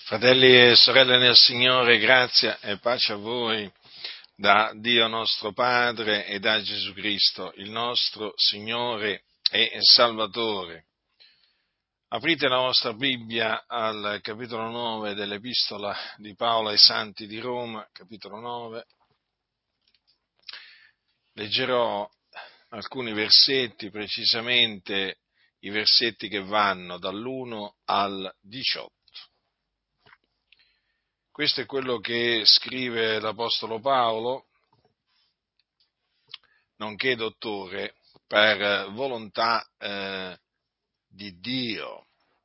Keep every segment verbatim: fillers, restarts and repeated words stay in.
Fratelli e sorelle nel Signore, grazia e pace a voi da Dio nostro Padre e da Gesù Cristo, il nostro Signore e Salvatore. Aprite la vostra Bibbia al capitolo nove dell'Epistola di Paolo ai Santi di Roma, capitolo nove. Leggerò alcuni versetti, precisamente i versetti che vanno dall'uno al diciotto. Questo è quello che scrive l'Apostolo Paolo, nonché dottore, per volontà eh, di Dio.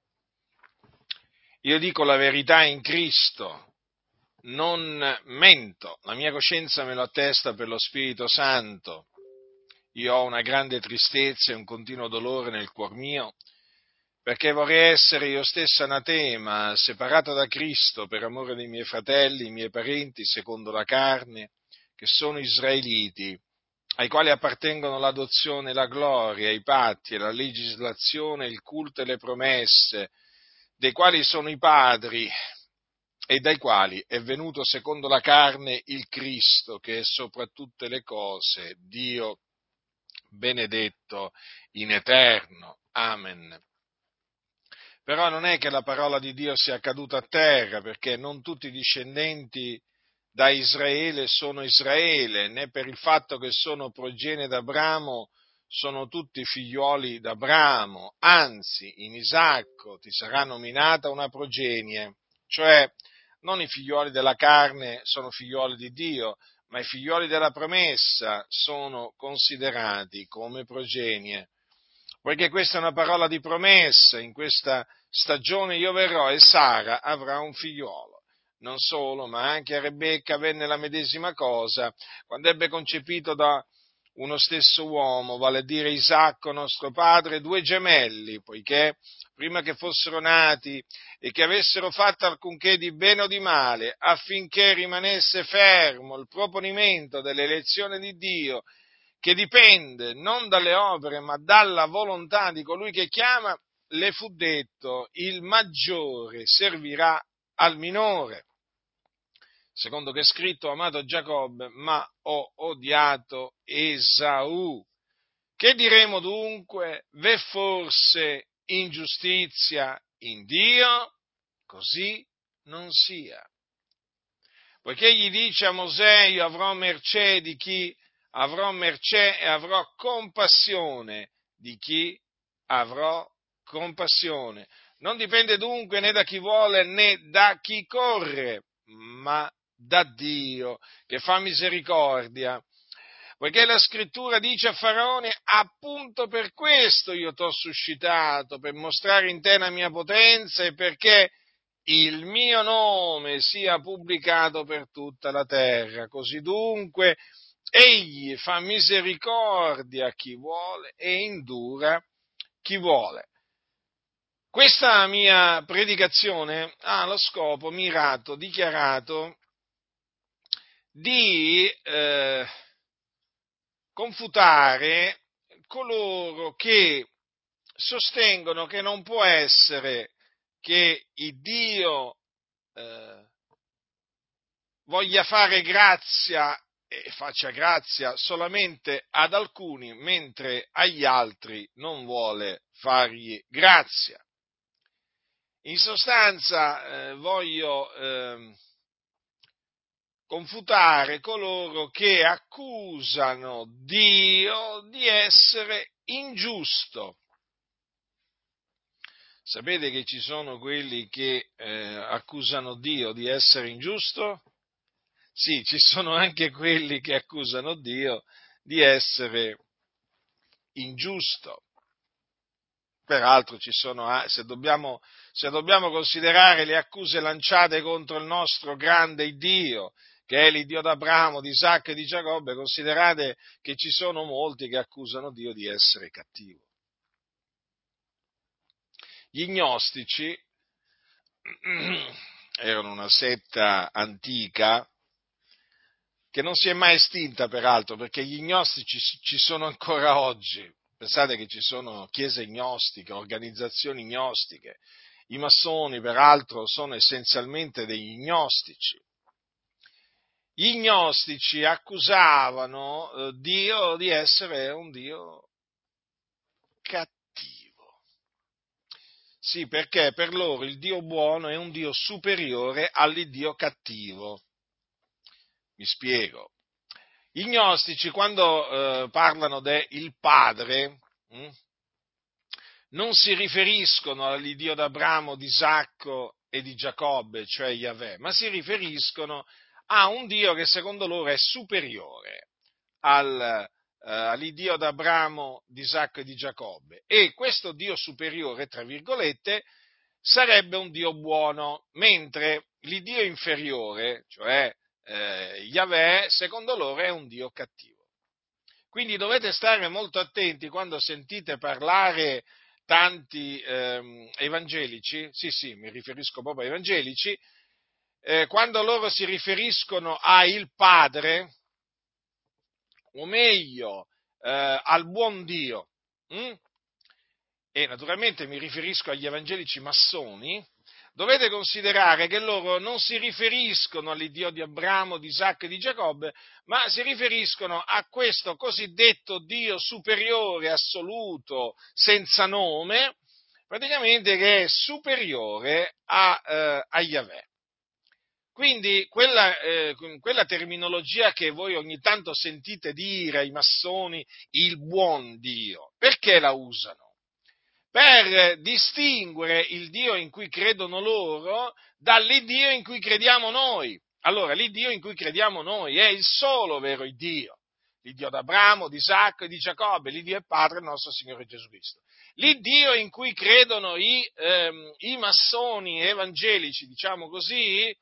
Io dico la verità in Cristo, non mento, la mia coscienza me lo attesta per lo Spirito Santo. Io ho una grande tristezza e un continuo dolore nel cuor mio, perché vorrei essere io stesso anatema, separato da Cristo per amore dei miei fratelli, i miei parenti, secondo la carne, che sono israeliti, ai quali appartengono l'adozione, la gloria, i patti, la legislazione, il culto e le promesse, dei quali sono i padri e dai quali è venuto secondo la carne il Cristo, che è sopra tutte le cose, Dio benedetto in eterno. Amen. Però non è che la parola di Dio sia caduta a terra, perché non tutti i discendenti da Israele sono Israele, né per il fatto che sono progenie d'Abramo sono tutti figliuoli d'Abramo, anzi in Isacco ti sarà nominata una progenie, cioè non i figliuoli della carne sono figliuoli di Dio, ma i figliuoli della promessa sono considerati come progenie. Poiché questa è una parola di promessa, in questa stagione io verrò e Sara avrà un figliuolo. Non solo, ma anche a Rebecca avvenne la medesima cosa, quando ebbe concepito da uno stesso uomo, vale a dire Isacco nostro padre, due gemelli, poiché prima che fossero nati e che avessero fatto alcunché di bene o di male, affinché rimanesse fermo il proponimento dell'elezione di Dio, che dipende non dalle opere ma dalla volontà di colui che chiama, le fu detto: il maggiore servirà al minore. Secondo che è scritto: amato Giacobbe, ma ho odiato Esaù. Che diremo dunque? V'è forse ingiustizia in Dio? Così non sia. Poiché gli dice a Mosè: io avrò mercé di chi avrò mercé e avrò compassione di chi avrò compassione. Non dipende dunque né da chi vuole né da chi corre, ma da Dio che fa misericordia. Poiché la scrittura dice a Faraone: appunto per questo io t'ho suscitato, per mostrare in te la mia potenza e perché il mio nome sia pubblicato per tutta la terra. Così dunque egli fa misericordia a chi vuole e indura chi vuole. Questa mia predicazione ha lo scopo mirato, dichiarato, di eh, confutare coloro che sostengono che non può essere che il Dio eh, voglia fare grazia e faccia grazia solamente ad alcuni, mentre agli altri non vuole fargli grazia. In sostanza eh, voglio eh, confutare coloro che accusano Dio di essere ingiusto. Sapete che ci sono quelli che eh, accusano Dio di essere ingiusto? Sì, ci sono anche quelli che accusano Dio di essere ingiusto. Peraltro ci sono, se dobbiamo, se dobbiamo considerare le accuse lanciate contro il nostro grande Dio, che è l'Iddio d'Abramo, di Isacco e di Giacobbe, considerate che ci sono molti che accusano Dio di essere cattivo. Gli gnostici erano una setta antica che non si è mai estinta, peraltro, perché gli gnostici ci sono ancora oggi. Pensate che ci sono chiese gnostiche, organizzazioni gnostiche. i massoni peraltro sono essenzialmente degli gnostici. Gli gnostici accusavano eh, Dio di essere un Dio cattivo. Sì, perché per loro il Dio buono è un Dio superiore all'Iddio cattivo. Mi spiego. Gli gnostici, quando eh, parlano del Padre, hm, non si riferiscono all'Iddio d'Abramo, di Isacco e di Giacobbe, cioè Yahweh, ma si riferiscono a un Dio che secondo loro è superiore al, eh, all'Iddio d'Abramo, di Isacco e di Giacobbe. E questo Dio superiore, tra virgolette, sarebbe un Dio buono, mentre l'Iddio inferiore, cioè eh, Yahweh, secondo loro è un Dio cattivo. Quindi dovete stare molto attenti quando sentite parlare tanti ehm, evangelici, sì sì, mi riferisco proprio ai evangelici, eh, quando loro si riferiscono a il Padre, o meglio, eh, al buon Dio, hm? E naturalmente mi riferisco agli evangelici massoni, dovete considerare che loro non si riferiscono all'Iddio di Abramo, di Isacco e di Giacobbe, ma si riferiscono a questo cosiddetto Dio superiore, assoluto, senza nome, praticamente che è superiore a, eh, a Yahweh. Quindi quella, eh, quella terminologia che voi ogni tanto sentite dire ai massoni, il buon Dio, perché la usano? Per distinguere il Dio in cui credono loro dall'Iddio in cui crediamo noi. Allora, l'Iddio in cui crediamo noi è il solo vero Dio, l'Iddio d'Abramo, di Isacco e di Giacobbe, l'Iddio e Padre del nostro Signore Gesù Cristo. L'Iddio in cui credono i, ehm, i massoni evangelici, diciamo così,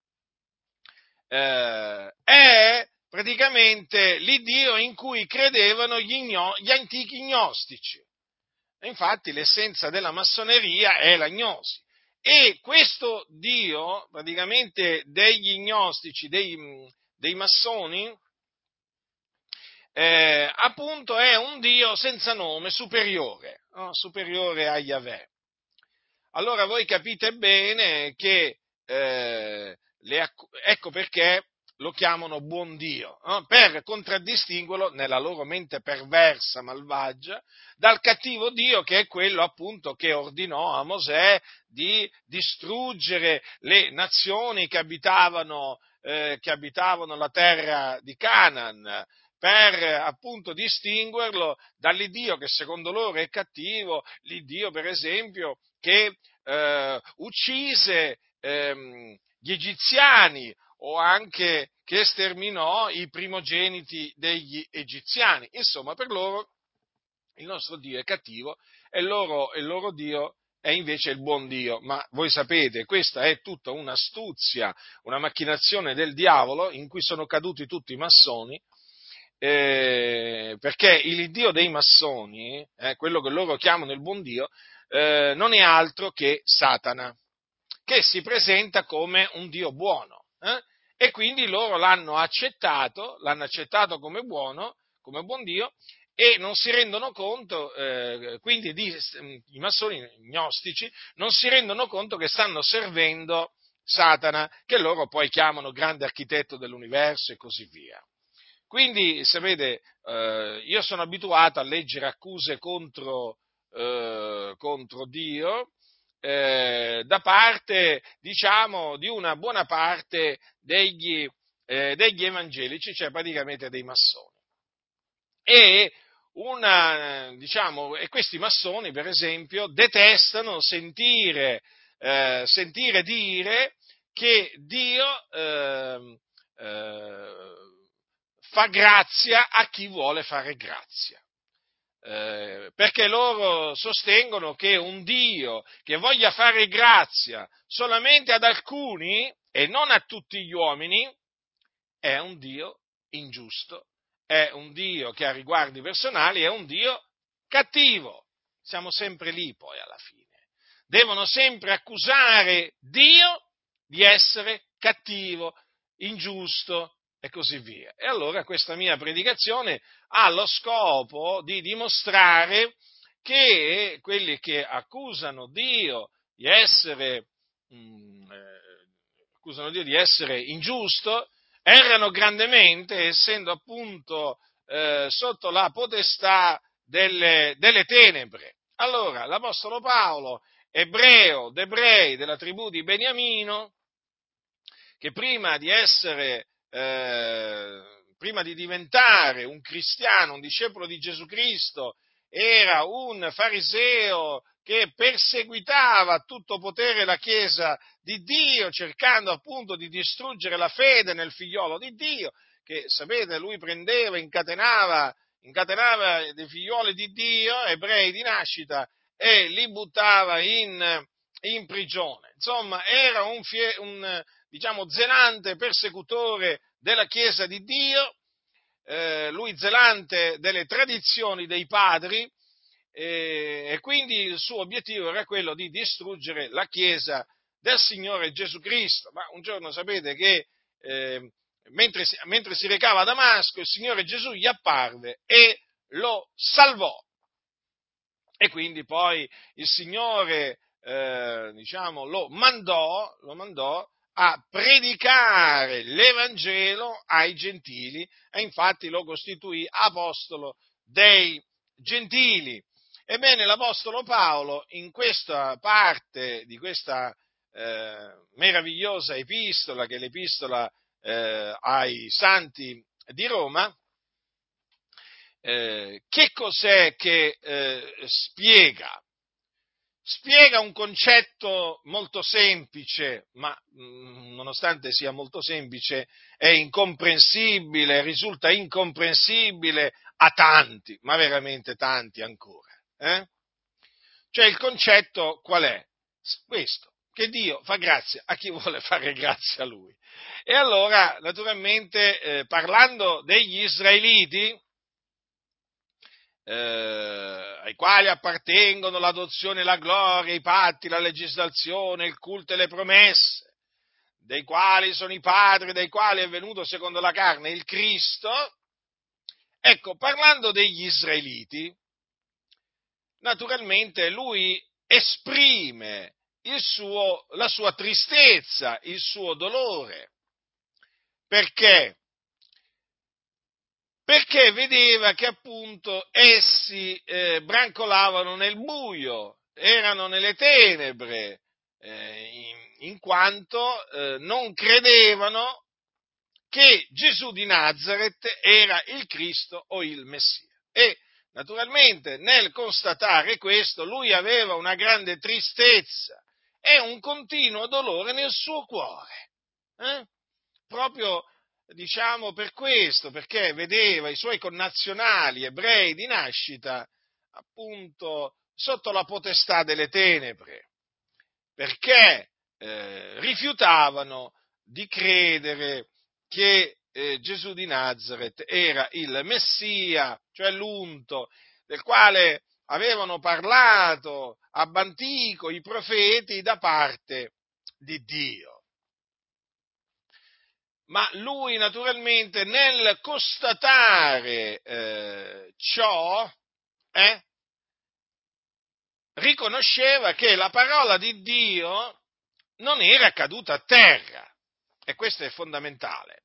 eh, è praticamente l'Iddio in cui credevano gli, igno- gli antichi gnostici. Infatti l'essenza della massoneria è la gnosi. E questo Dio, praticamente degli gnostici, dei, dei massoni, eh, appunto è un Dio senza nome, superiore, no? Superiore a Yahweh. Allora voi capite bene che, eh, le, ecco perché lo chiamano buon Dio, no? Per contraddistinguerlo nella loro mente perversa, malvagia, dal cattivo Dio che è quello appunto che ordinò a Mosè di distruggere le nazioni che abitavano, eh, che abitavano la terra di Canaan, per appunto distinguerlo dall'Iddio che secondo loro è cattivo, l'Iddio per esempio che eh, uccise ehm, gli egiziani o anche che sterminò i primogeniti degli egiziani. Insomma, per loro il nostro Dio è cattivo e il loro, il loro Dio è invece il buon Dio. Ma voi sapete, questa è tutta un'astuzia, una macchinazione del diavolo in cui sono caduti tutti i massoni, eh, perché il Dio dei massoni, eh, quello che loro chiamano il buon Dio, eh, non è altro che Satana, che si presenta come un Dio buono, eh? E quindi loro l'hanno accettato, l'hanno accettato come buono, come buon Dio, e non si rendono conto, eh, quindi di, i massoni gnostici non si rendono conto che stanno servendo Satana, che loro poi chiamano grande architetto dell'universo e così via. Quindi, sapete, eh, io sono abituato a leggere accuse contro, eh, contro Dio, eh, da parte, diciamo, di una buona parte degli, eh, degli evangelici, cioè praticamente dei massoni. E, una, diciamo, e questi massoni, per esempio, detestano sentire, eh, sentire dire che Dio eh, eh, fa grazia a chi vuole fare grazia. Eh, perché loro sostengono che un Dio che voglia fare grazia solamente ad alcuni e non a tutti gli uomini è un Dio ingiusto, è un Dio che ha riguardi personali, è un Dio cattivo. Siamo sempre lì poi alla fine. Devono sempre accusare Dio di essere cattivo, ingiusto e così via. E allora questa mia predicazione ha lo scopo di dimostrare che quelli che accusano Dio di essere, mh, eh, accusano Dio di essere ingiusto, errano grandemente, essendo appunto eh, sotto la potestà delle, delle tenebre. Allora, l'Apostolo Paolo, ebreo d'ebrei della tribù di Beniamino, che prima di essere, eh, prima di diventare un cristiano, un discepolo di Gesù Cristo, era un fariseo che perseguitava a tutto potere la Chiesa di Dio, cercando appunto di distruggere la fede nel figliolo di Dio, che sapete, lui prendeva, incatenava, incatenava dei figlioli di Dio, ebrei di nascita, e li buttava in, in prigione. Insomma, era un, fie, un diciamo, zelante persecutore della Chiesa di Dio, eh, lui zelante delle tradizioni dei padri, eh, e quindi il suo obiettivo era quello di distruggere la Chiesa del Signore Gesù Cristo. Ma un giorno sapete che eh, mentre, mentre si recava a Damasco, il Signore Gesù gli apparve e lo salvò. E quindi poi il Signore eh, diciamo, lo mandò, lo mandò a predicare l'Evangelo ai gentili, e infatti lo costituì apostolo dei gentili. Ebbene, l'Apostolo Paolo, in questa parte di questa eh, meravigliosa epistola, che è l'epistola eh, ai santi di Roma, eh, che cos'è che eh, spiega? Spiega un concetto molto semplice, ma mh, nonostante sia molto semplice, è incomprensibile, risulta incomprensibile a tanti, ma veramente tanti ancora. Eh? Cioè il concetto qual è? Questo, che Dio fa grazia a chi vuole fare grazia a Lui. E allora, naturalmente, eh, parlando degli israeliti, Eh, ai quali appartengono l'adozione e la gloria, i patti, la legislazione, il culto e le promesse, dei quali sono i padri, dai quali è venuto secondo la carne il Cristo. Ecco, parlando degli israeliti, naturalmente lui esprime il suo, la sua tristezza, il suo dolore. Perché? Perché vedeva che appunto essi eh, brancolavano nel buio, erano nelle tenebre, eh, in, in quanto eh, non credevano che Gesù di Nazaret era il Cristo o il Messia. E naturalmente nel constatare questo lui aveva una grande tristezza e un continuo dolore nel suo cuore. Eh? Proprio diciamo per questo, perché vedeva i suoi connazionali ebrei di nascita appunto sotto la potestà delle tenebre, perché eh, rifiutavano di credere che eh, Gesù di Nazaret era il Messia, cioè l'unto, del quale avevano parlato ab antico i profeti da parte di Dio. Ma lui naturalmente nel constatare eh, ciò eh, riconosceva che la parola di Dio non era caduta a terra, e questo è fondamentale,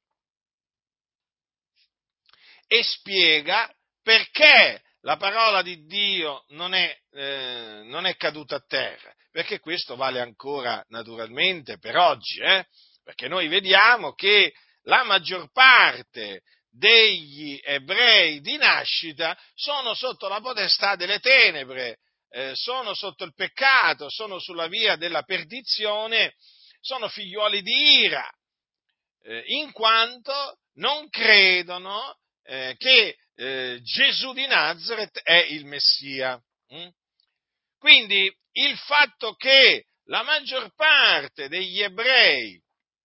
e spiega perché la parola di Dio non è, eh, non è caduta a terra, perché questo vale ancora naturalmente per oggi, eh? Perché noi vediamo che la maggior parte degli ebrei di nascita sono sotto la potestà delle tenebre, eh, sono sotto il peccato, sono sulla via della perdizione, sono figliuoli di ira, eh, in quanto non credono eh, che eh, Gesù di Nazaret è il Messia. Mm? Quindi il fatto che la maggior parte degli ebrei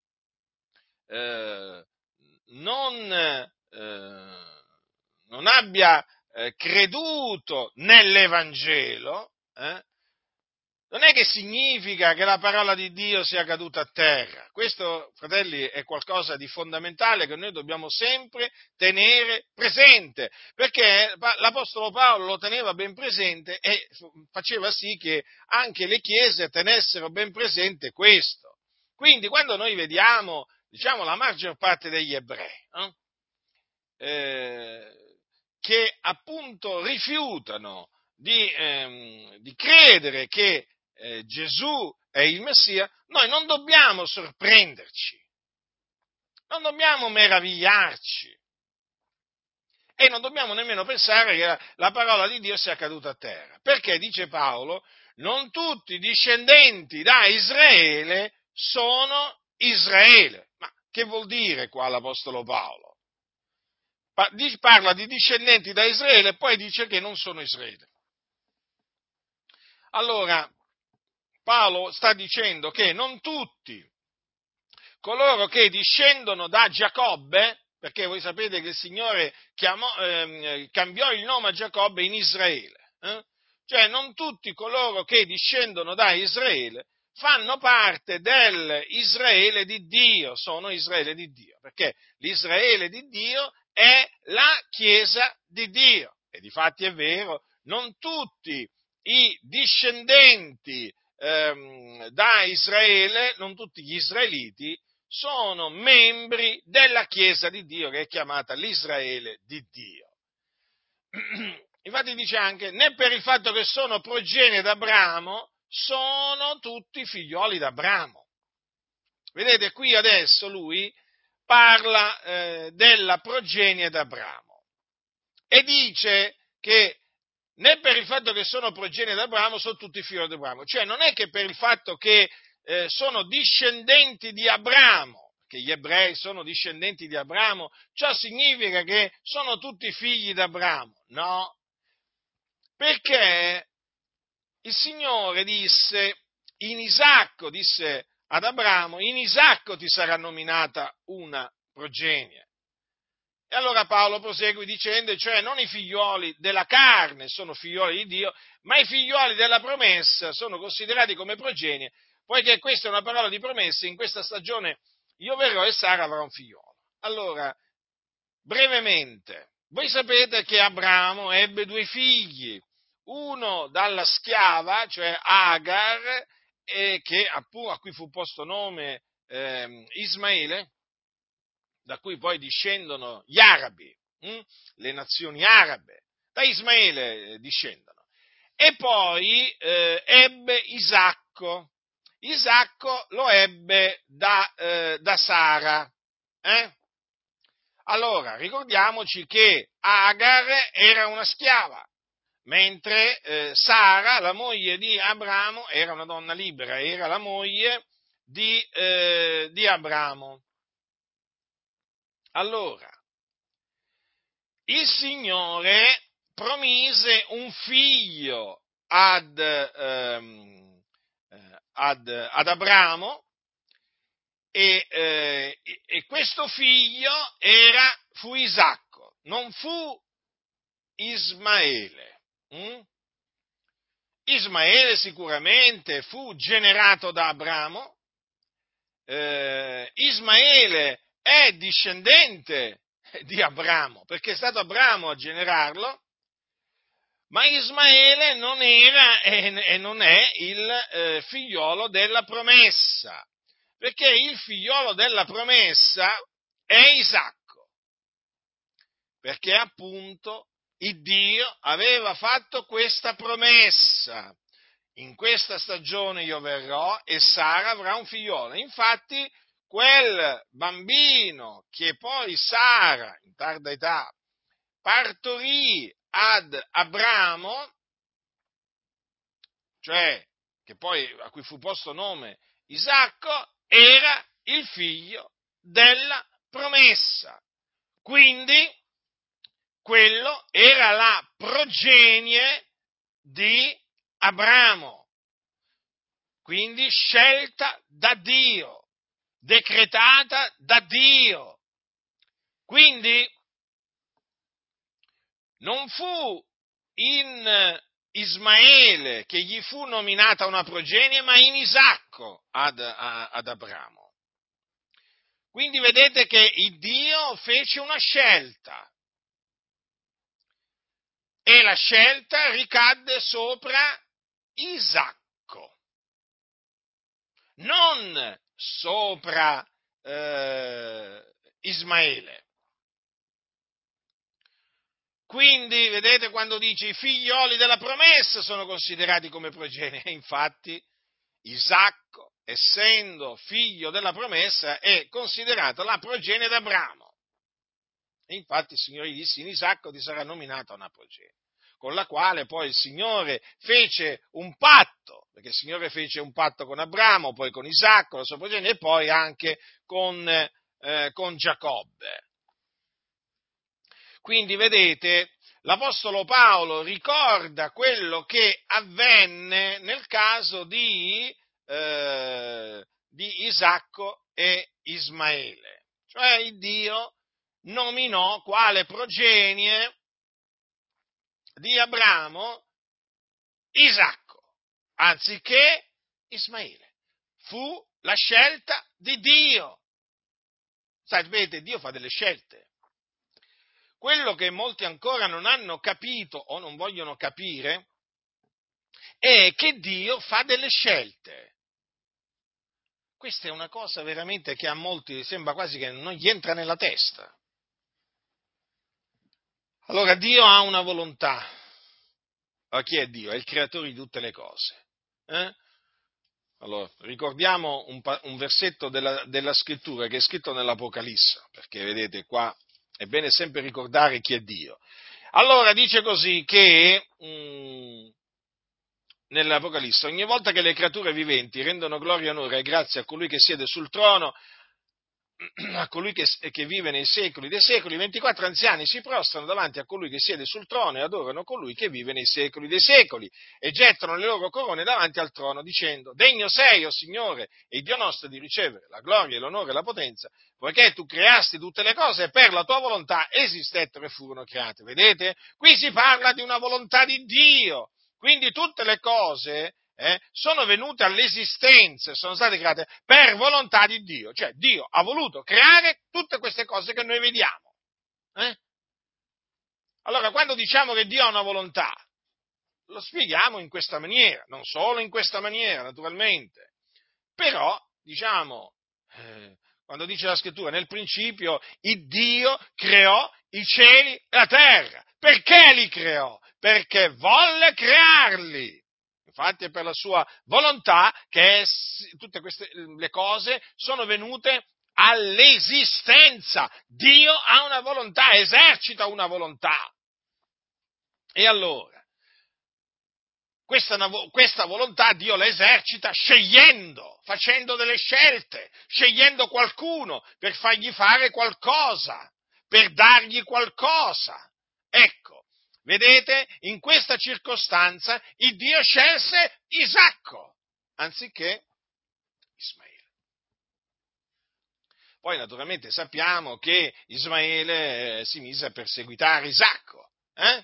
eh, non, eh, non abbia eh, creduto nell'Evangelo, eh, non è che significa che la parola di Dio sia caduta a terra. Questo, fratelli, è qualcosa di fondamentale che noi dobbiamo sempre tenere presente, perché l'Apostolo Paolo lo teneva ben presente e faceva sì che anche le chiese tenessero ben presente questo. Quindi, quando noi vediamo, diciamo, la maggior parte degli ebrei, no? eh, che appunto rifiutano di, ehm, di credere che eh, Gesù è il Messia, noi non dobbiamo sorprenderci, non dobbiamo meravigliarci e non dobbiamo nemmeno pensare che la, la parola di Dio sia caduta a terra, perché dice Paolo, non tutti i discendenti da Israele sono Israele. Ma che vuol dire qua l'Apostolo Paolo? Parla di discendenti da Israele e poi dice che non sono Israele. Allora, Paolo sta dicendo che non tutti coloro che discendono da Giacobbe, perché voi sapete che il Signore chiamò, eh, cambiò il nome a Giacobbe in Israele, eh? Cioè non tutti coloro che discendono da Israele fanno parte dell'Israele di Dio, sono Israele di Dio, perché l'Israele di Dio è la Chiesa di Dio, e difatti è vero, non tutti i discendenti ehm, da Israele, non tutti gli israeliti, sono membri della Chiesa di Dio, che è chiamata l'Israele di Dio. Infatti dice anche, né per il fatto che sono progenie d'Abramo, sono tutti figlioli d'Abramo. Vedete, qui adesso lui parla eh, della progenie d'Abramo e dice che né per il fatto che sono progenie d'Abramo sono tutti figli di Abramo, cioè non è che per il fatto che eh, sono discendenti di Abramo, che gli ebrei sono discendenti di Abramo, ciò significa che sono tutti figli d'Abramo, no, perché il Signore disse, in Isacco, disse ad Abramo, in Isacco ti sarà nominata una progenie. E allora Paolo prosegue dicendo, cioè non i figlioli della carne sono figlioli di Dio, ma i figlioli della promessa sono considerati come progenie, poiché questa è una parola di promessa, in questa stagione io verrò e Sara avrà un figliolo. Allora, brevemente, voi sapete che Abramo ebbe due figli, uno dalla schiava, cioè Agar, e che, appunto, a cui fu posto nome eh, Ismaele, da cui poi discendono gli arabi, hm? le nazioni arabe, da Ismaele eh, discendono. E poi eh, ebbe Isacco, Isacco lo ebbe da, eh, da Sara. Eh? Allora, ricordiamoci che Agar era una schiava, mentre eh, Sara, la moglie di Abramo, era una donna libera, era la moglie di, eh, di Abramo. Allora, il Signore promise un figlio ad, ehm, ad, ad Abramo e, eh, e questo figlio era, fu Isacco, non fu Ismaele. Hm? Ismaele sicuramente fu generato da Abramo, eh, Ismaele è discendente di Abramo, perché è stato Abramo a generarlo, ma Ismaele non era e non è il eh, figliolo della promessa, perché il figliolo della promessa è Isacco, perché appunto il Dio aveva fatto questa promessa. In questa stagione io verrò e Sara avrà un figliolo. Infatti, quel bambino che poi Sara, in tarda età, partorì ad Abramo, cioè che poi a cui fu posto nome Isacco, era il figlio della promessa. Quindi, quello era la progenie di Abramo, quindi scelta da Dio, decretata da Dio. Quindi non fu in Ismaele che gli fu nominata una progenie, ma in Isacco ad, a, ad Abramo. Quindi vedete che il Dio fece una scelta e la scelta ricadde sopra Isacco, non sopra eh, Ismaele. Quindi, vedete, quando dice i figlioli della promessa sono considerati come progenie, infatti Isacco, essendo figlio della promessa, è considerato la progenie d'Abramo. E infatti il Signore gli disse: in Isacco ti sarà nominata una progenie, con la quale poi il Signore fece un patto, perché il Signore fece un patto con Abramo, poi con Isacco, la sua progenie, e poi anche con, eh, con Giacobbe. Quindi vedete, l'Apostolo Paolo ricorda quello che avvenne nel caso di, eh, di Isacco e Ismaele, cioè il Dio nominò quale progenie di Abramo Isacco, anziché Ismaele. Fu la scelta di Dio. Sapete, Dio fa delle scelte. Quello che molti ancora non hanno capito o non vogliono capire è che Dio fa delle scelte. Questa è una cosa veramente che a molti sembra quasi che non gli entra nella testa. Allora, Dio ha una volontà. Ma chi è Dio? È il creatore di tutte le cose. Eh? Allora, ricordiamo un, un versetto della, della scrittura che è scritto nell'Apocalisse, perché vedete qua è bene sempre ricordare chi è Dio. Allora dice così che mh, nell'Apocalisse, ogni volta che le creature viventi rendono gloria e onore e grazie a colui che siede sul trono, a colui che, che vive nei secoli dei secoli, ventiquattro anziani si prostrano davanti a colui che siede sul trono e adorano colui che vive nei secoli dei secoli e gettano le loro corone davanti al trono dicendo: degno sei, o Signore e Dio nostro, di ricevere la gloria, l'onore e la potenza, poiché tu creasti tutte le cose e per la tua volontà esistettero e furono create. Vedete? Qui si parla di una volontà di Dio, quindi tutte le cose Eh, sono venute all'esistenza, sono state create per volontà di Dio, cioè Dio ha voluto creare tutte queste cose che noi vediamo. Eh? Allora, quando diciamo che Dio ha una volontà, lo spieghiamo in questa maniera, non solo in questa maniera, naturalmente, però, diciamo, eh, quando dice la scrittura, nel principio il Dio creò i cieli e la terra. Perché li creò? Perché volle crearli. Infatti è per la sua volontà che tutte queste le cose sono venute all'esistenza. Dio ha una volontà, esercita una volontà. E allora, questa, questa volontà Dio la esercita scegliendo, facendo delle scelte, scegliendo qualcuno per fargli fare qualcosa, per dargli qualcosa. Ecco. Vedete, in questa circostanza il Dio scelse Isacco anziché Ismaele. Poi naturalmente sappiamo che Ismaele eh, si mise a perseguitare Isacco. Eh?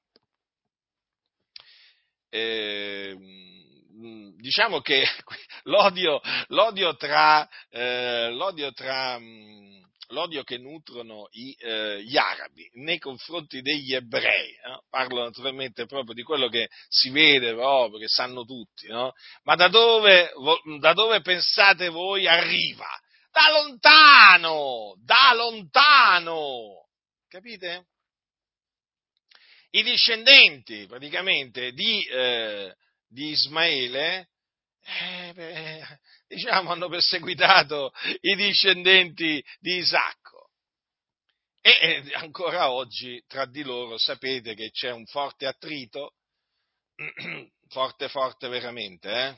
Eh, diciamo che l'odio, l'odio tra, eh, l'odio tra mh, l'odio che nutrono i, eh, gli arabi nei confronti degli ebrei, no? Parlo naturalmente proprio di quello che si vede proprio, che sanno tutti, no? Ma da dove, da dove pensate voi arriva? Da lontano, da lontano, capite? I discendenti praticamente di, eh, di Ismaele, eh, beh, diciamo, hanno perseguitato i discendenti di Isacco. E eh, ancora oggi tra di loro sapete che c'è un forte attrito, forte forte veramente, eh?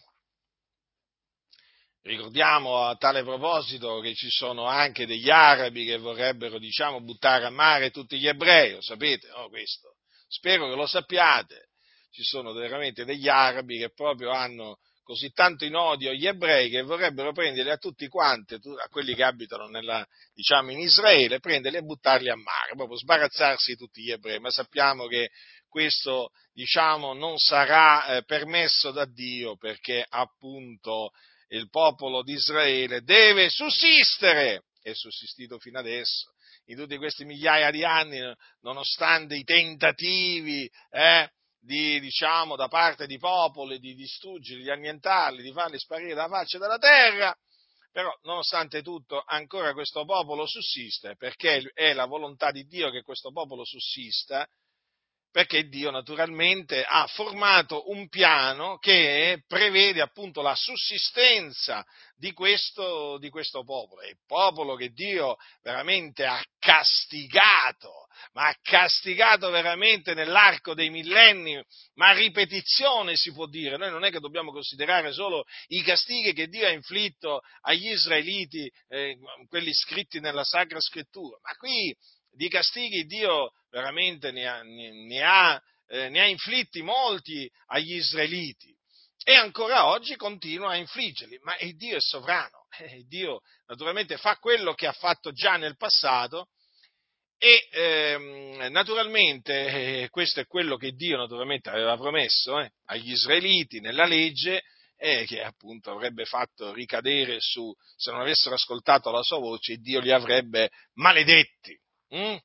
Ricordiamo a tale proposito che ci sono anche degli arabi che vorrebbero, diciamo, buttare a mare tutti gli ebrei, lo sapete, no, questo? Spero che lo sappiate. Ci sono veramente degli arabi che proprio hanno così tanto in odio gli ebrei che vorrebbero prenderli a tutti quanti, a quelli che abitano nella, diciamo, in Israele, prenderli e buttarli a mare, proprio sbarazzarsi di tutti gli ebrei, ma sappiamo che questo, diciamo, non sarà eh, permesso da Dio, perché appunto il popolo di Israele deve sussistere, è sussistito fino adesso, in tutti questi migliaia di anni, nonostante i tentativi, eh, di, diciamo, da parte di popoli di distruggerli, di annientarli, di farli sparire dalla faccia della terra. Però, nonostante tutto, ancora questo popolo sussiste, perché è la volontà di Dio che questo popolo sussista, perché Dio naturalmente ha formato un piano che prevede appunto la sussistenza di questo, di questo popolo. È il popolo che Dio veramente ha castigato, ma ha castigato veramente nell'arco dei millenni, ma a ripetizione si può dire. Noi non è che dobbiamo considerare solo i castighi che Dio ha inflitto agli israeliti, eh, quelli scritti nella Sacra Scrittura, ma qui di castighi Dio veramente ne ha, ne, ne ha, eh, ne ha inflitti molti agli israeliti e ancora oggi continua a infliggerli, ma il Dio è sovrano, eh, Dio naturalmente fa quello che ha fatto già nel passato e ehm, naturalmente eh, questo è quello che Dio naturalmente aveva promesso eh, agli israeliti nella legge e che appunto avrebbe fatto ricadere su, se non avessero ascoltato la sua voce, Dio li avrebbe maledetti. Mm?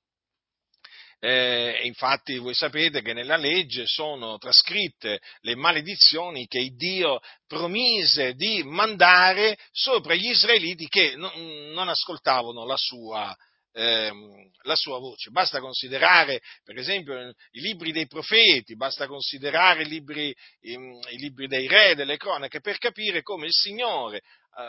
Eh, infatti voi sapete che nella legge sono trascritte le maledizioni che Dio promise di mandare sopra gli israeliti che non, non ascoltavano la sua, ehm, la sua voce. Basta considerare, per esempio, i libri dei profeti, basta considerare i libri, i, i libri dei re, delle cronache, per capire come il Signore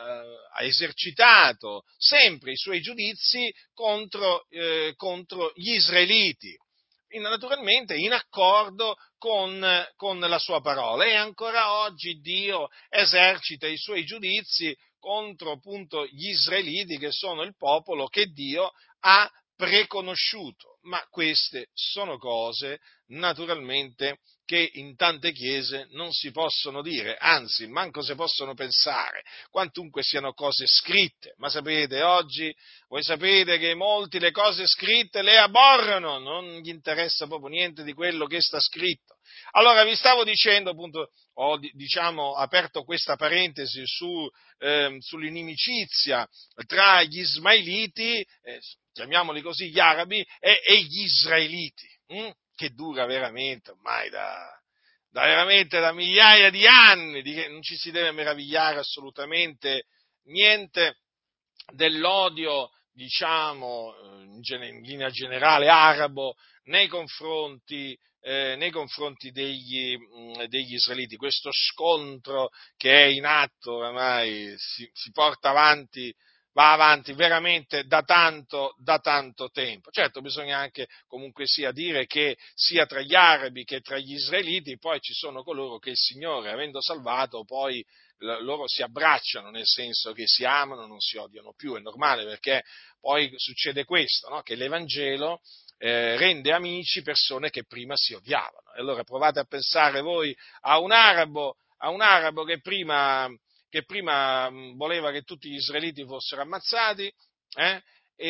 ha esercitato sempre i suoi giudizi contro, eh, contro gli israeliti, in, naturalmente in accordo con, con la sua parola. E ancora oggi Dio esercita i suoi giudizi contro appunto gli israeliti, che sono il popolo che Dio ha preconosciuto. Ma queste sono cose naturalmente che in tante chiese non si possono dire, anzi, manco si possono pensare, quantunque siano cose scritte. Ma sapete, oggi, voi sapete che molti le cose scritte le aborrano, non gli interessa proprio niente di quello che sta scritto. Allora, vi stavo dicendo, appunto, ho diciamo aperto questa parentesi su, eh, sull'inimicizia tra gli ismailiti, eh, chiamiamoli così, gli arabi, e, e gli israeliti. Hm? Che dura veramente ormai da, da, veramente da migliaia di anni, di che non ci si deve meravigliare assolutamente niente dell'odio, diciamo, in, in linea generale arabo nei confronti, eh, nei confronti degli, mh, degli israeliti. Questo scontro che è in atto oramai si, si porta avanti va avanti veramente da tanto, da tanto tempo. Certo, bisogna anche comunque sia dire che sia tra gli arabi che tra gli israeliti poi ci sono coloro che il Signore, avendo salvato, poi l- loro si abbracciano, nel senso che si amano, non si odiano più. È normale, perché poi succede questo, no? Che l'Evangelo eh, rende amici persone che prima si odiavano. E allora provate a pensare voi a un arabo, a un arabo che prima che prima voleva che tutti gli israeliti fossero ammazzati, eh?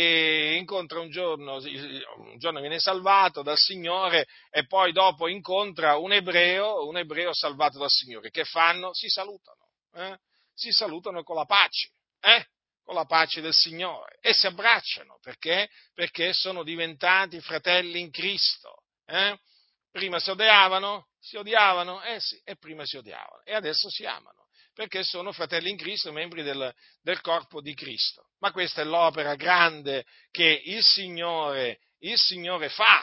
E incontra un giorno, un giorno viene salvato dal Signore e poi dopo incontra un ebreo, un ebreo salvato dal Signore. Che fanno? Si salutano, eh? Si salutano con la pace, eh? Con la pace del Signore e si abbracciano, perché? Perché sono diventati fratelli in Cristo, eh? Prima si odiavano, si odiavano, eh sì, e prima si odiavano, e adesso si amano, perché sono fratelli in Cristo, membri del, del corpo di Cristo. Ma questa è l'opera grande che il Signore, il Signore fa.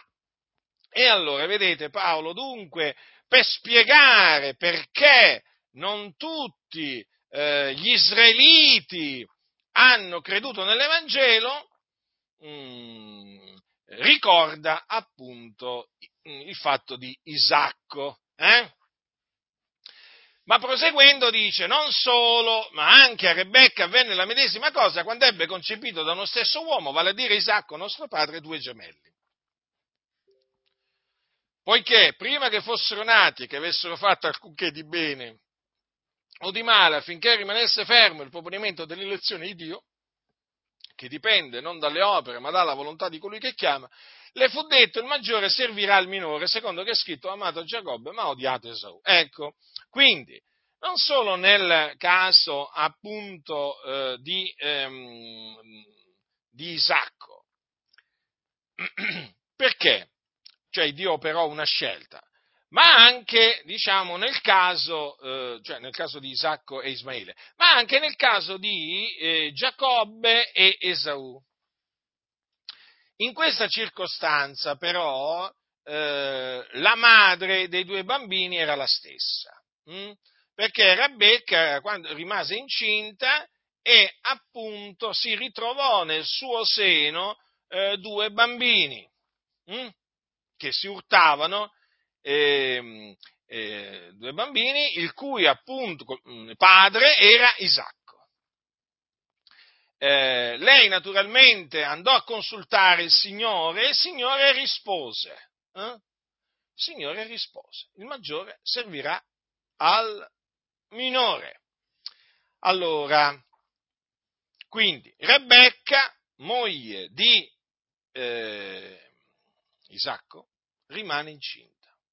E allora, vedete, Paolo, dunque, per spiegare perché non tutti eh, gli israeliti hanno creduto nell'Evangelo, mh, ricorda appunto il fatto di Isacco, eh? Ma proseguendo dice, non solo, ma anche a Rebecca avvenne la medesima cosa quando ebbe concepito da uno stesso uomo, vale a dire Isacco, nostro padre, due gemelli. Poiché prima che fossero nati e che avessero fatto alcunché di bene o di male affinché rimanesse fermo il proponimento dell'elezione di Dio, che dipende non dalle opere ma dalla volontà di colui che chiama, le fu detto: il maggiore servirà al minore, secondo che è scritto: amato Giacobbe ma odiato Esaù. Ecco, quindi non solo nel caso appunto eh, di, ehm, di Isacco, perché? Cioè Dio operò una scelta, ma anche, diciamo, nel caso, eh, cioè nel caso di Isacco e Ismaele, ma anche nel caso di eh, Giacobbe e Esaù. In questa circostanza, però, eh, la madre dei due bambini era la stessa, hm? Perché Rebecca, quando rimase incinta, e appunto si ritrovò nel suo seno eh, due bambini, hm? Che si urtavano, ehm, eh, due bambini, il cui appunto padre era Isacco. Eh, lei naturalmente andò a consultare il Signore e il Signore rispose. Eh? Il Signore rispose: il maggiore servirà al minore. Allora, quindi Rebecca, moglie di eh, Isacco, rimane incinta.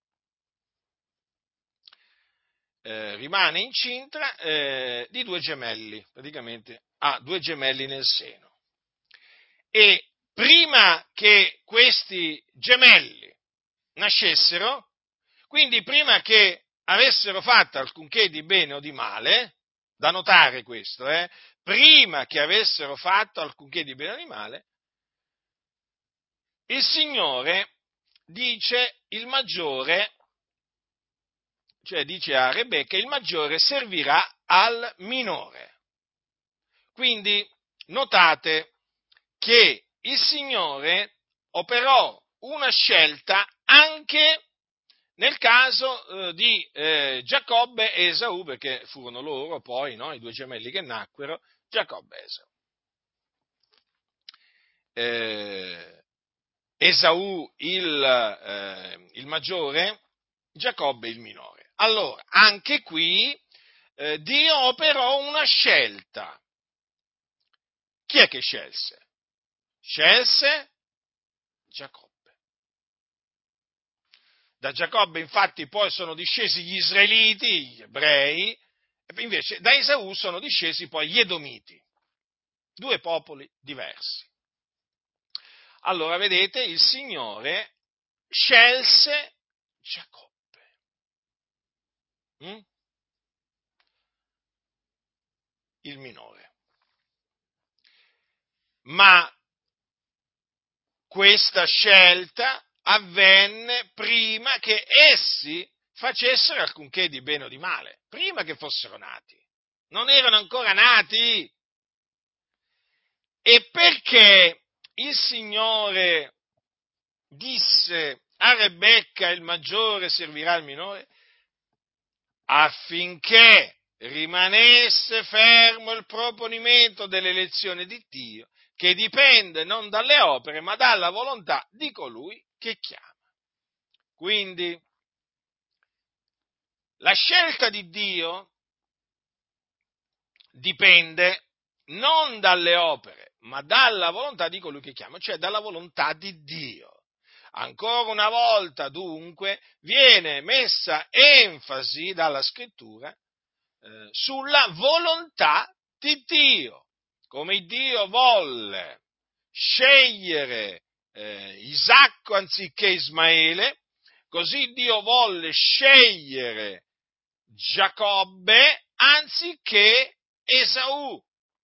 Eh, rimane incinta eh, di due gemelli, praticamente ha due gemelli nel seno. E prima che questi gemelli nascessero, quindi prima che avessero fatto alcunché di bene o di male, da notare questo, eh, prima che avessero fatto alcunché di bene o di male, il Signore dice: il maggiore, cioè dice a Rebecca, il maggiore servirà al minore. Quindi notate che il Signore operò una scelta anche nel caso eh, di eh, Giacobbe e Esaù, perché furono loro poi, no, i due gemelli che nacquero, Giacobbe e Esaù. Eh, Esaù il, eh, il maggiore, Giacobbe il minore. Allora, anche qui eh, Dio operò una scelta. Chi è che scelse? Scelse Giacobbe. Da Giacobbe infatti poi sono discesi gli israeliti, gli ebrei, e invece da Esaù sono discesi poi gli edomiti, due popoli diversi. Allora vedete, il Signore scelse Giacobbe. Mm? Il minore. Ma questa scelta avvenne prima che essi facessero alcunché di bene o di male, prima che fossero nati. Non erano ancora nati. E perché il Signore disse a Rebecca: il maggiore servirà al minore? Affinché rimanesse fermo il proponimento dell'elezione di Dio, che dipende non dalle opere, ma dalla volontà di colui che chiama. Quindi, la scelta di Dio dipende non dalle opere, ma dalla volontà di colui che chiama, cioè dalla volontà di Dio. Ancora una volta, dunque, viene messa enfasi dalla Scrittura eh, sulla volontà di Dio. Come Dio volle scegliere eh, Isacco anziché Ismaele, così Dio volle scegliere Giacobbe anziché Esaù.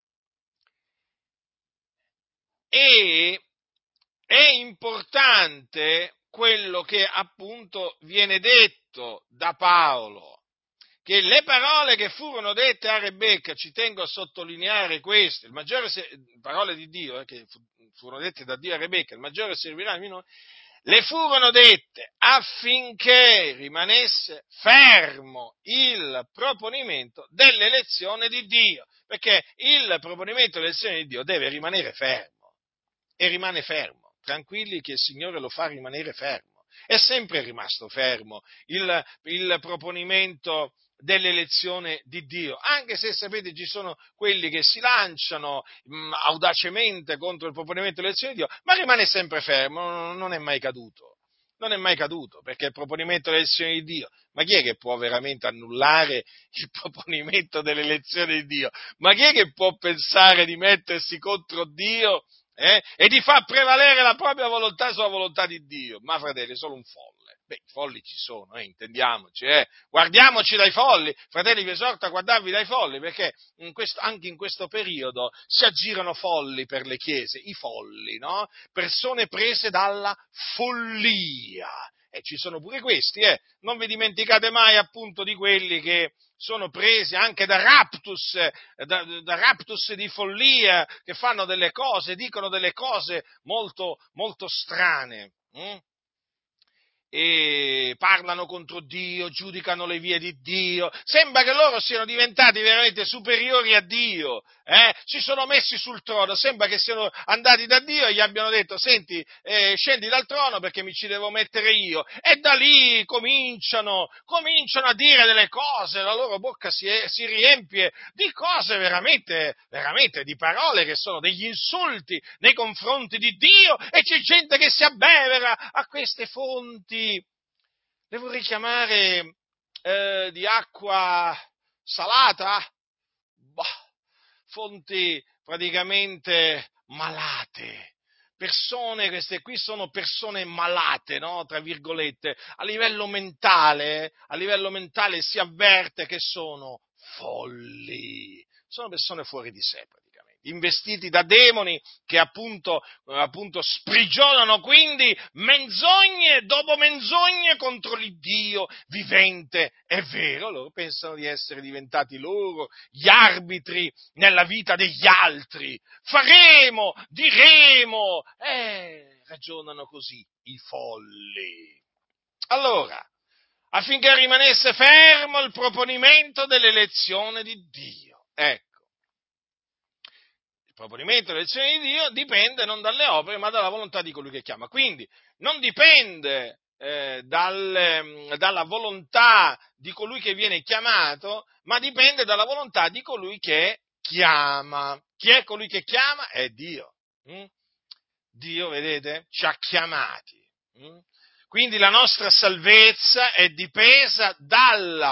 E è importante quello che appunto viene detto da Paolo, che le parole che furono dette a Rebecca, ci tengo a sottolineare questo, il maggiore, parole di Dio eh, che furono dette da Dio a Rebecca, il maggiore servirà al minore, le furono dette affinché rimanesse fermo il proponimento dell'elezione di Dio, perché il proponimento dell'elezione di Dio deve rimanere fermo, e rimane fermo, tranquilli che il Signore lo fa rimanere fermo, è sempre rimasto fermo il, il proponimento dell'elezione di Dio, anche se sapete ci sono quelli che si lanciano mh, audacemente contro il proponimento dell'elezione di Dio, ma rimane sempre fermo, non è mai caduto. Non è mai caduto, perché il proponimento dell'elezione di Dio, ma chi è che può veramente annullare il proponimento dell'elezione di Dio? Ma chi è che può pensare di mettersi contro Dio eh, e di far prevalere la propria volontà sulla volontà di Dio? Ma fratelli, è solo un folle. Beh, i folli ci sono, eh, intendiamoci, eh. Guardiamoci dai folli, fratelli, vi esorto a guardarvi dai folli, perché in questo, anche in questo periodo si aggirano folli per le chiese, i folli, no? Persone prese dalla follia. E ci sono pure questi, eh. Non vi dimenticate mai appunto di quelli che sono presi anche da raptus, da, da raptus di follia, che fanno delle cose, dicono delle cose molto, molto strane. Hm? E parlano contro Dio, giudicano le vie di Dio, sembra che loro siano diventati veramente superiori a Dio, eh? Si sono messi sul trono, sembra che siano andati da Dio e gli abbiano detto, senti, eh, scendi dal trono perché mi ci devo mettere io, e da lì cominciano, cominciano a dire delle cose, la loro bocca si, è, si riempie di cose veramente, veramente, di parole che sono degli insulti nei confronti di Dio, e c'è gente che si abbevera a queste fonti. Le vorrei chiamare eh, di acqua salata? Bah, fonti praticamente malate. Persone, queste qui sono persone malate, no? Tra virgolette, a livello mentale, a livello mentale si avverte che sono folli. Sono persone fuori di sé, praticamente, investiti da demoni che appunto, appunto sprigionano quindi menzogne dopo menzogne contro l'Iddio vivente e vero. Loro pensano di essere diventati loro gli arbitri nella vita degli altri. Faremo, diremo, eh, ragionano così i folli. Allora, affinché rimanesse fermo il proponimento dell'elezione di Dio. Ecco, il proponimento dell'elezione di Dio dipende non dalle opere, ma dalla volontà di colui che chiama. Quindi non dipende eh, dal, dalla volontà di colui che viene chiamato, ma dipende dalla volontà di colui che chiama. Chi è colui che chiama? È Dio. Mm? Dio, vedete, ci ha chiamati. Mm? Quindi la nostra salvezza è dipesa dalla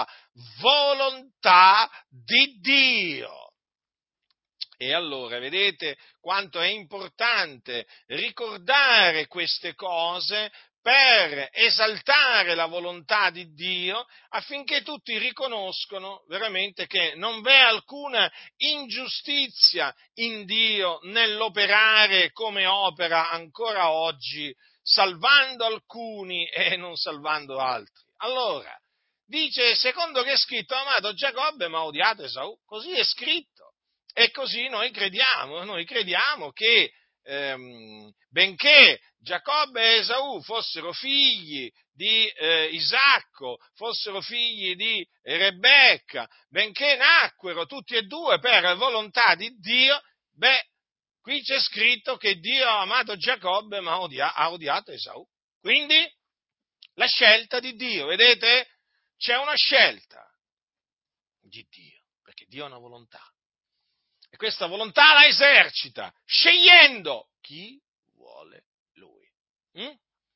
volontà di Dio. E allora vedete quanto è importante ricordare queste cose per esaltare la volontà di Dio, affinché tutti riconoscono veramente che non v'è alcuna ingiustizia in Dio nell'operare come opera ancora oggi, salvando alcuni e non salvando altri. Allora, dice, secondo che è scritto, amato Giacobbe ma odiato Esaù, così è scritto. E così noi crediamo, noi crediamo che ehm, benché Giacobbe e Esaù fossero figli di eh, Isacco, fossero figli di Rebecca, benché nacquero tutti e due per volontà di Dio, beh, qui c'è scritto che Dio ha amato Giacobbe ma odia- ha odiato Esaù. Quindi la scelta di Dio, vedete? C'è una scelta di Dio, perché Dio ha una volontà. E questa volontà la esercita, scegliendo chi vuole Lui, hm?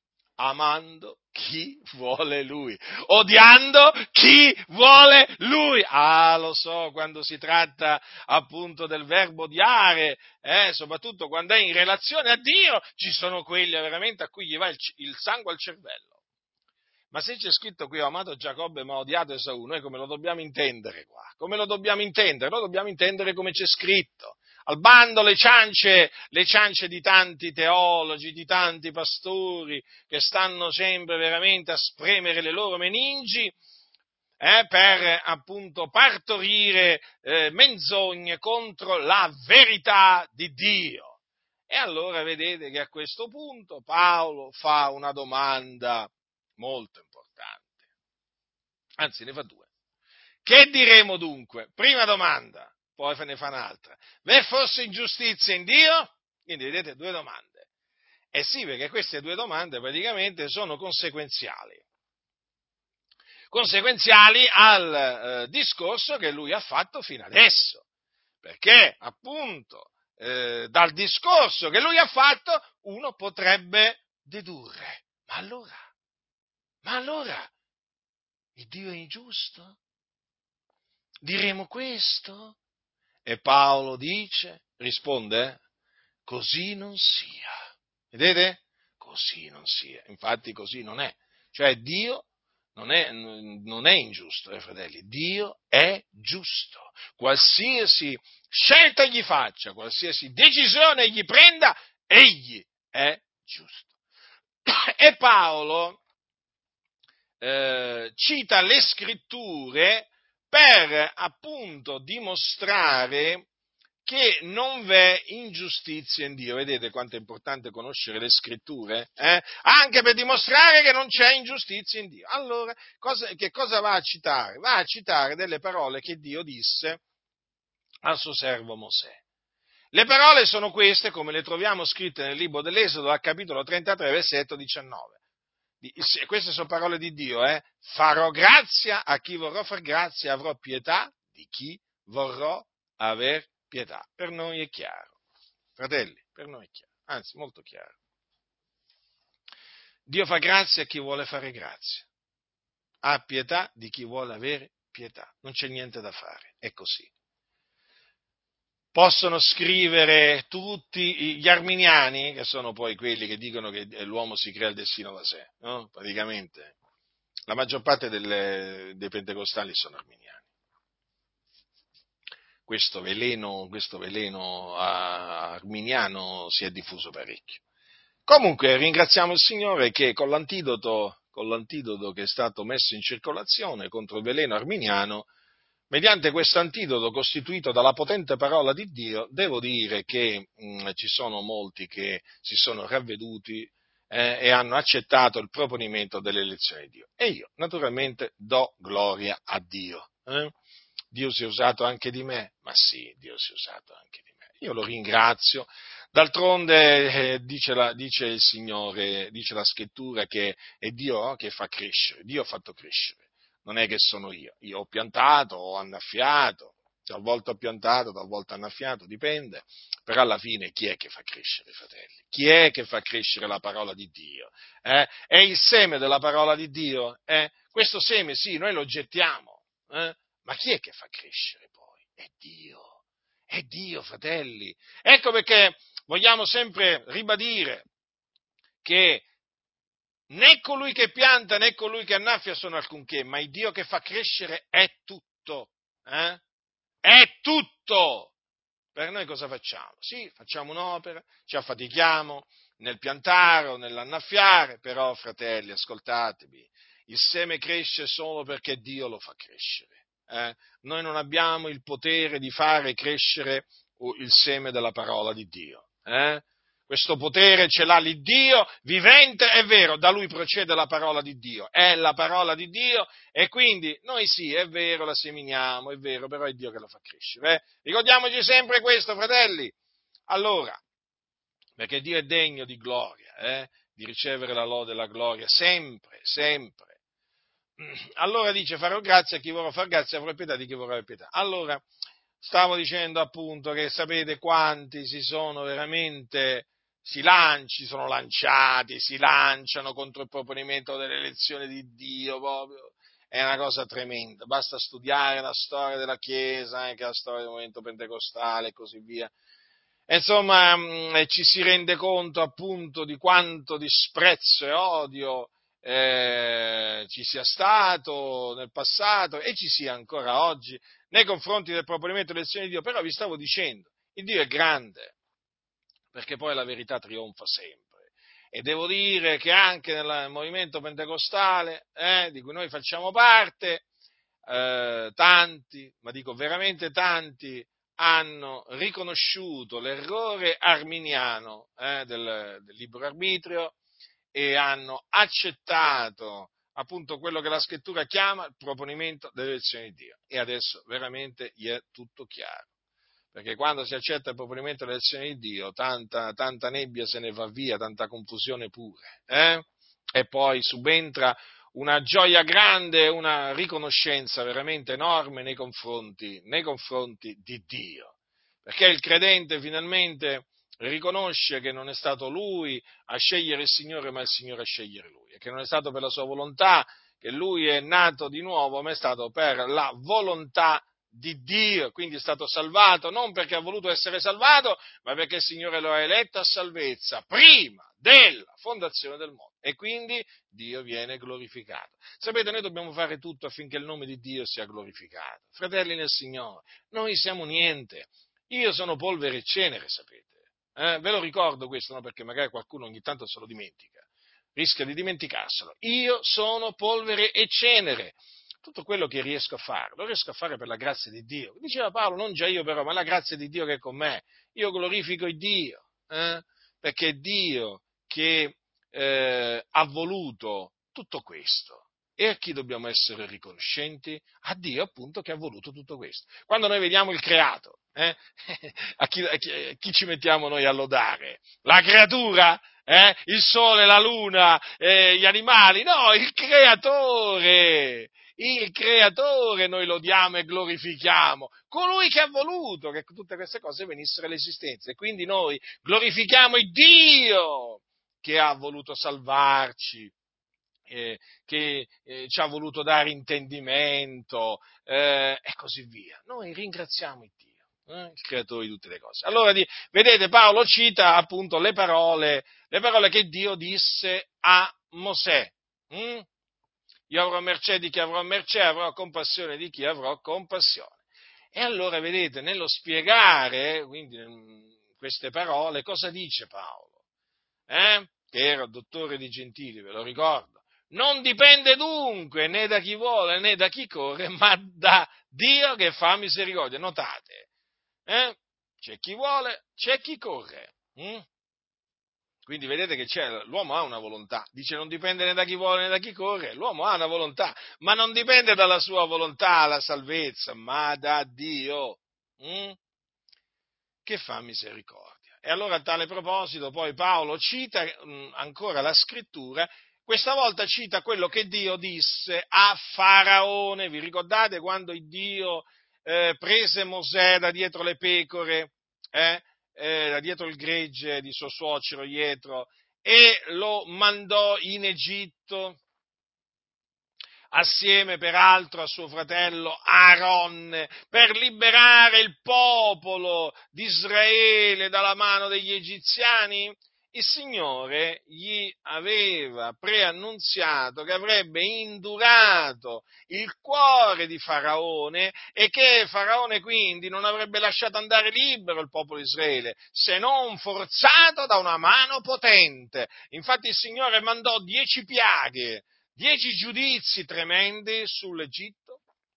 Amando chi vuole Lui, odiando chi vuole Lui. Ah, lo so, quando si tratta appunto del verbo odiare, eh, soprattutto quando è in relazione a Dio, ci sono quelli veramente a cui gli va il, il sangue al cervello. Ma se c'è scritto qui, ho amato Giacobbe ma ho odiato Esaù, noi come lo dobbiamo intendere qua? Come lo dobbiamo intendere? Noi dobbiamo intendere come c'è scritto. Al bando le ciance, le ciance di tanti teologi, di tanti pastori che stanno sempre veramente a spremere le loro meningi eh, per appunto partorire eh, menzogne contro la verità di Dio. E allora vedete che a questo punto Paolo fa una domanda molto importante, anzi ne fa due. Che diremo dunque? Prima domanda, poi ne fa un'altra. V'è forse ingiustizia in Dio? Quindi vedete due domande. Eh sì, perché queste due domande praticamente sono conseguenziali. conseguenziali al eh, discorso che lui ha fatto fino adesso, perché appunto eh, dal discorso che lui ha fatto uno potrebbe dedurre, ma allora, ma allora, il Dio è ingiusto? Diremo questo? E Paolo dice, risponde, eh, così non sia. Vedete? Così non sia. Infatti così non è. Cioè Dio non è, non è ingiusto, eh, fratelli. Dio è giusto. Qualsiasi scelta egli faccia, qualsiasi decisione egli prenda, egli è giusto. E Paolo eh, cita le scritture per appunto dimostrare che non v'è ingiustizia in Dio. Vedete quanto è importante conoscere le scritture? Eh? Anche per dimostrare che non c'è ingiustizia in Dio. Allora, cosa, che cosa va a citare? Va a citare delle parole che Dio disse al suo servo Mosè. Le parole sono queste, come le troviamo scritte nel libro dell'Esodo, al capitolo trentatré, versetto diciannove. Queste sono parole di Dio, eh? Farò grazia a chi vorrò far grazia, avrò pietà di chi vorrò aver pietà. Per noi è chiaro, fratelli, per noi è chiaro, anzi molto chiaro. Dio fa grazia a chi vuole fare grazia, ha pietà di chi vuole avere pietà, non c'è niente da fare, è così. Possono scrivere tutti gli arminiani, che sono poi quelli che dicono che l'uomo si crea il destino da sé, no? Praticamente la maggior parte delle, dei pentecostali sono arminiani. Questo veleno, questo veleno arminiano si è diffuso parecchio. Comunque ringraziamo il Signore che con l'antidoto, con l'antidoto che è stato messo in circolazione contro il veleno arminiano, mediante questo antidoto costituito dalla potente parola di Dio, devo dire che mh, ci sono molti che si sono ravveduti eh, e hanno accettato il proponimento dell'elezione di Dio. E io, naturalmente, do gloria a Dio. Eh? Dio si è usato anche di me? Ma sì, Dio si è usato anche di me. Io lo ringrazio. D'altronde eh, dice, la, dice il Signore, dice la Scrittura che è Dio che fa crescere, Dio ha fatto crescere. Non è che sono io, io ho piantato, ho annaffiato, talvolta ho piantato, talvolta annaffiato, dipende, però alla fine chi è che fa crescere, fratelli? Chi è che fa crescere la parola di Dio? Eh? È il seme della parola di Dio? Eh? Questo seme sì, noi lo gettiamo, eh? Ma chi è che fa crescere poi? È Dio, è Dio, fratelli. Ecco perché vogliamo sempre ribadire che né colui che pianta né colui che annaffia sono alcunché, ma il Dio che fa crescere è tutto. Eh? È tutto! Per noi cosa facciamo? Sì, facciamo un'opera, ci affatichiamo nel piantare o nell'annaffiare, però, fratelli, ascoltatevi, il seme cresce solo perché Dio lo fa crescere. Eh? Noi non abbiamo il potere di fare crescere il seme della parola di Dio. Eh? Questo potere ce l'ha l'Iddio vivente, è vero, da lui procede la parola di Dio, è la parola di Dio e quindi noi sì, è vero, la seminiamo, è vero, però è Dio che la fa crescere. Eh? Ricordiamoci sempre questo, fratelli. Allora, perché Dio è degno di gloria, eh? Di ricevere la lode e la gloria, sempre, sempre. Allora dice, farò grazia a chi vorrà far grazia, avrò pietà di chi vorrà avere pietà. Allora, stavo dicendo appunto che sapete quanti si sono veramente, si lanci, sono lanciati, si lanciano contro il proponimento dell'elezione di Dio, proprio. È una cosa tremenda, basta studiare la storia della Chiesa, anche la storia del movimento pentecostale e così via. E insomma, mh, ci si rende conto appunto di quanto disprezzo e odio eh, ci sia stato nel passato e ci sia ancora oggi nei confronti del proponimento dell'elezione di Dio. Però vi stavo dicendo, il Dio è grande, perché poi la verità trionfa sempre. E devo dire che anche nel movimento pentecostale, eh, di cui noi facciamo parte, eh, tanti, ma dico veramente tanti, hanno riconosciuto l'errore arminiano eh, del, del libero arbitrio e hanno accettato appunto quello che la Scrittura chiama il proponimento dell'elezione di Dio. E adesso veramente gli è tutto chiaro. Perché quando si accetta il proponimento dell'elezione di Dio, tanta, tanta nebbia se ne va via, tanta confusione pure. Eh? E poi subentra una gioia grande, una riconoscenza veramente enorme nei confronti, nei confronti di Dio, perché il credente finalmente riconosce che non è stato lui a scegliere il Signore, ma il Signore a scegliere lui, e che non è stato per la sua volontà che lui è nato di nuovo, ma è stato per la volontà di Dio, quindi è stato salvato non perché ha voluto essere salvato, ma perché il Signore lo ha eletto a salvezza prima della fondazione del mondo, e quindi Dio viene glorificato. Sapete, noi dobbiamo fare tutto affinché il nome di Dio sia glorificato. Fratelli nel Signore, noi siamo niente, io sono polvere e cenere, sapete. Eh, ve lo ricordo questo, no? Perché magari qualcuno ogni tanto se lo dimentica, rischia di dimenticarselo. Io sono polvere e cenere. Tutto quello che riesco a fare, lo riesco a fare per la grazia di Dio. Diceva Paolo, non già io però, ma la grazia di Dio che è con me. Io glorifico il Dio, eh? Perché è Dio che eh, ha voluto tutto questo. E a chi dobbiamo essere riconoscenti? A Dio, appunto, che ha voluto tutto questo. Quando noi vediamo il creato, eh? a, chi, a, chi, a chi ci mettiamo noi a lodare? La creatura? Eh? Il sole, la luna, eh, gli animali? No, il creatore! Il creatore noi lodiamo e glorifichiamo, colui che ha voluto che tutte queste cose venissero all'esistenza, e quindi noi glorifichiamo il Dio che ha voluto salvarci, eh, che eh, ci ha voluto dare intendimento, eh, e così via. Noi ringraziamo il Dio, eh, il creatore di tutte le cose. Allora, di, vedete, Paolo cita appunto le parole, le parole che Dio disse a Mosè. Hm? Io avrò mercé di chi avrò mercé, avrò compassione di chi avrò compassione. E allora, vedete, nello spiegare quindi, queste parole, cosa dice Paolo? Eh? Che era dottore di gentili, ve lo ricordo. Non dipende dunque né da chi vuole né da chi corre, ma da Dio che fa misericordia. Notate, eh? C'è chi vuole, c'è chi corre. Hm? Quindi vedete che c'è, l'uomo ha una volontà, dice non dipende né da chi vuole né da chi corre, l'uomo ha una volontà, ma non dipende dalla sua volontà la salvezza, ma da Dio, hm? Che fa misericordia. E allora a tale proposito poi Paolo cita mh, ancora la scrittura, questa volta cita quello che Dio disse a Faraone. Vi ricordate quando il Dio eh, prese Mosè da dietro le pecore, eh? Eh, da dietro il gregge di suo suocero Jetro, e lo mandò in Egitto, assieme peraltro a suo fratello Aaron, per liberare il popolo di Israele dalla mano degli egiziani? Il Signore gli aveva preannunziato che avrebbe indurato il cuore di Faraone e che Faraone quindi non avrebbe lasciato andare libero il popolo di Israele, se non forzato da una mano potente. Infatti il Signore mandò dieci piaghe, dieci giudizi tremendi sull'Egitto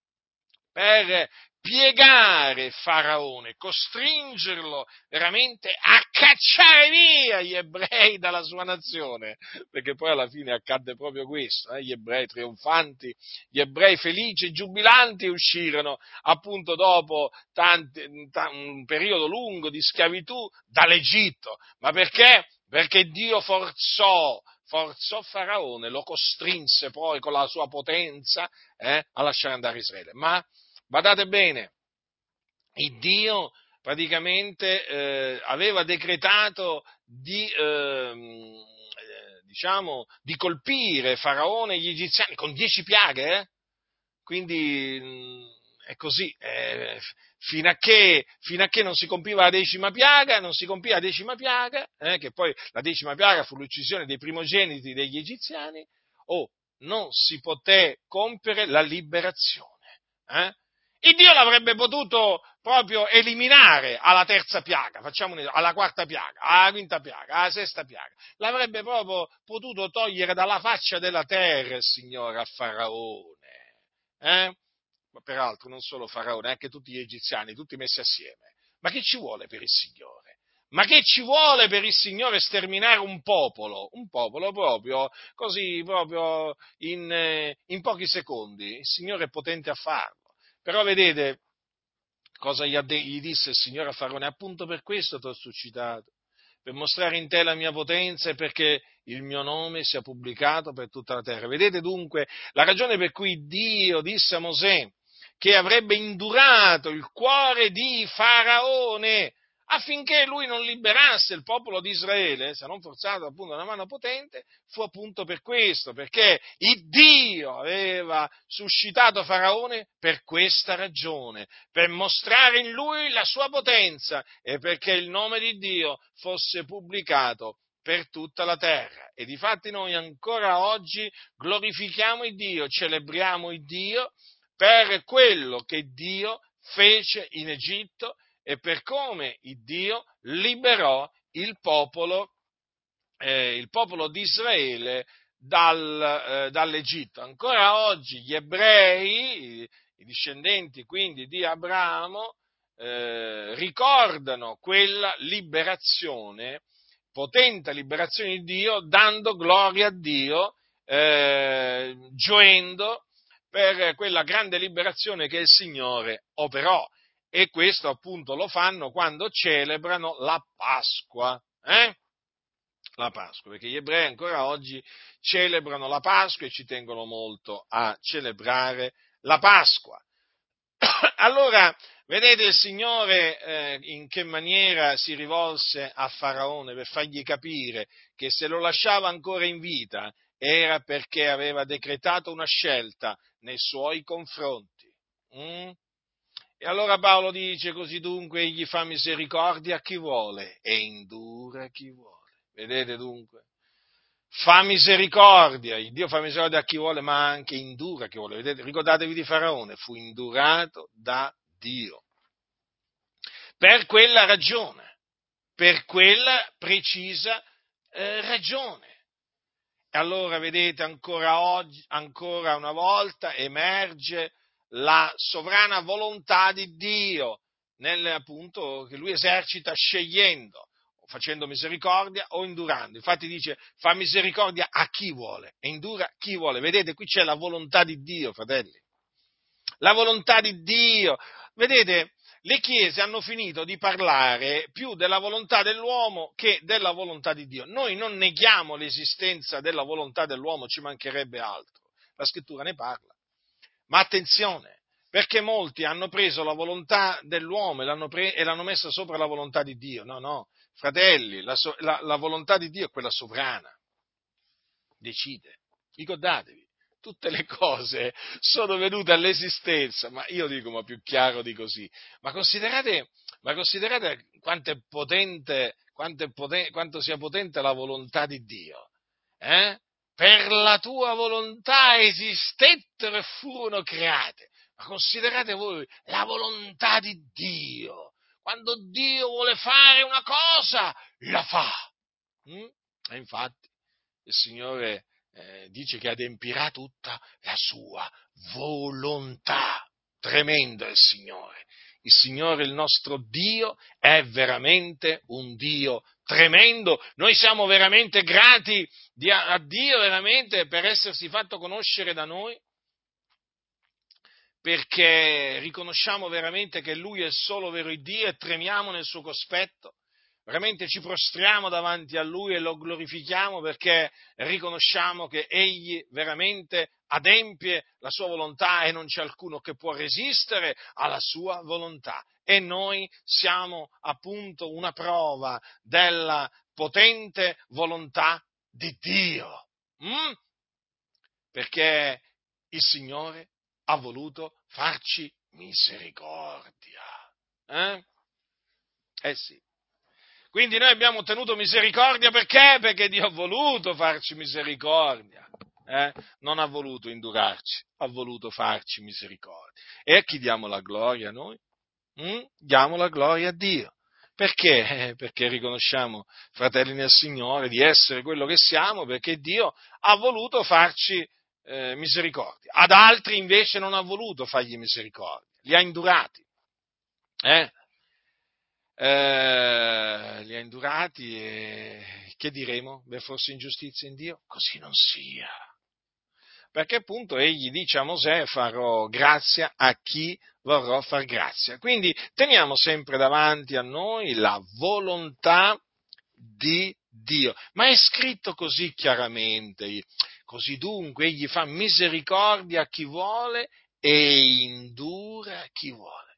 per piegare Faraone, costringerlo veramente a cacciare via gli ebrei dalla sua nazione, perché poi alla fine accadde proprio questo, eh? Gli ebrei trionfanti, gli ebrei felici e giubilanti uscirono appunto dopo tanti, un periodo lungo di schiavitù dall'Egitto, ma perché? Perché Dio forzò, forzò Faraone, lo costrinse poi con la sua potenza eh, a lasciare andare Israele, ma badate bene, il Dio praticamente eh, aveva decretato di, eh, diciamo, di colpire Faraone e gli egiziani con dieci piaghe, eh? Quindi mh, è così, eh, fino, a che, fino a che non si compiva la decima piaga, non si compì la decima piaga, eh, che poi la decima piaga fu l'uccisione dei primogeniti degli egiziani, o oh, non si poté compiere la liberazione. Eh? Il Dio l'avrebbe potuto proprio eliminare alla terza piaga, facciamo un, alla quarta piaga, alla quinta piaga, alla sesta piaga. L'avrebbe proprio potuto togliere dalla faccia della terra il Signore a Faraone. Eh? Ma peraltro non solo Faraone, anche tutti gli egiziani, tutti messi assieme. Ma che ci vuole per il Signore? Ma che ci vuole per il Signore sterminare un popolo? Un popolo proprio, così, proprio in, in pochi secondi. Il Signore è potente a farlo. Però vedete cosa gli, adde- gli disse il Signore a Faraone? Appunto per questo ti ho suscitato, per mostrare in te la mia potenza e perché il mio nome sia pubblicato per tutta la terra. Vedete dunque la ragione per cui Dio disse a Mosè che avrebbe indurato il cuore di Faraone affinché lui non liberasse il popolo di Israele, se non forzato appunto da una mano potente, fu appunto per questo, perché il Dio aveva suscitato Faraone per questa ragione, per mostrare in lui la sua potenza e perché il nome di Dio fosse pubblicato per tutta la terra. E difatti noi ancora oggi glorifichiamo il Dio, celebriamo il Dio per quello che Dio fece in Egitto e per come il Dio liberò il popolo, eh, il popolo di Israele dal, eh, dall'Egitto. Ancora oggi gli ebrei, i, i discendenti quindi di Abramo, eh, ricordano quella liberazione, potente liberazione di Dio, dando gloria a Dio, eh, gioendo per quella grande liberazione che il Signore operò. E questo appunto lo fanno quando celebrano la Pasqua, eh? La Pasqua, perché gli ebrei ancora oggi celebrano la Pasqua e ci tengono molto a celebrare la Pasqua. Allora, vedete il Signore eh, in che maniera si rivolse a Faraone per fargli capire che se lo lasciava ancora in vita era perché aveva decretato una scelta nei suoi confronti. Mm? E allora Paolo dice, così dunque egli fa misericordia a chi vuole e indura a chi vuole. Vedete dunque? Fa misericordia, il Dio fa misericordia a chi vuole, ma anche indura a chi vuole. Vedete? Ricordatevi di Faraone, fu indurato da Dio. Per quella ragione, per quella precisa eh, ragione. E allora, vedete, ancora oggi, ancora una volta emerge la sovrana volontà di Dio, nel, appunto, che lui esercita scegliendo, facendo misericordia o indurando. Infatti dice, fa misericordia a chi vuole e indura chi vuole. Vedete, qui c'è la volontà di Dio, fratelli. La volontà di Dio. Vedete, le chiese hanno finito di parlare più della volontà dell'uomo che della volontà di Dio. Noi non neghiamo l'esistenza della volontà dell'uomo, ci mancherebbe altro. La scrittura ne parla. Ma attenzione, perché molti hanno preso la volontà dell'uomo e l'hanno, pre- e l'hanno messa sopra la volontà di Dio. No, no, fratelli, la, so- la, la volontà di Dio è quella sovrana. Decide. Ricordatevi. Tutte le cose sono venute all'esistenza, ma io dico, ma più chiaro di così. Ma considerate, ma considerate quanto è potente, quanto, è potente, quanto sia potente la volontà di Dio. Eh? Per la tua volontà esistettero e furono create. Ma considerate voi la volontà di Dio. Quando Dio vuole fare una cosa, la fa. Mm? E infatti il Signore eh, dice che adempirà tutta la sua volontà. Tremendo è il Signore. Il Signore, il nostro Dio, è veramente un Dio tremendo. Noi siamo veramente grati di, a, a Dio veramente per essersi fatto conoscere da noi, perché riconosciamo veramente che Lui è il solo vero Dio e tremiamo nel suo cospetto. Veramente ci prostriamo davanti a Lui e lo glorifichiamo perché riconosciamo che Egli veramente adempie la sua volontà e non c'è alcuno che può resistere alla sua volontà. E noi siamo appunto una prova della potente volontà di Dio. Mm? Perché il Signore ha voluto farci misericordia. Eh? Eh sì. Quindi noi abbiamo ottenuto misericordia perché? Perché Dio ha voluto farci misericordia, eh? Non ha voluto indurarci, ha voluto farci misericordia. E a chi diamo la gloria noi? Mm? Diamo la gloria a Dio. Perché? Eh, perché riconosciamo, fratelli nel Signore, di essere quello che siamo, perché Dio ha voluto farci eh, misericordia. Ad altri invece non ha voluto fargli misericordia, li ha indurati. Eh? Eh, li ha indurati e che diremo? Beh, forse ingiustizia in Dio? Così non sia. Perché appunto egli dice a Mosè farò grazia a chi vorrò far grazia. Quindi teniamo sempre davanti a noi la volontà di Dio. Ma è scritto così chiaramente. Così dunque egli fa misericordia a chi vuole e indura chi vuole.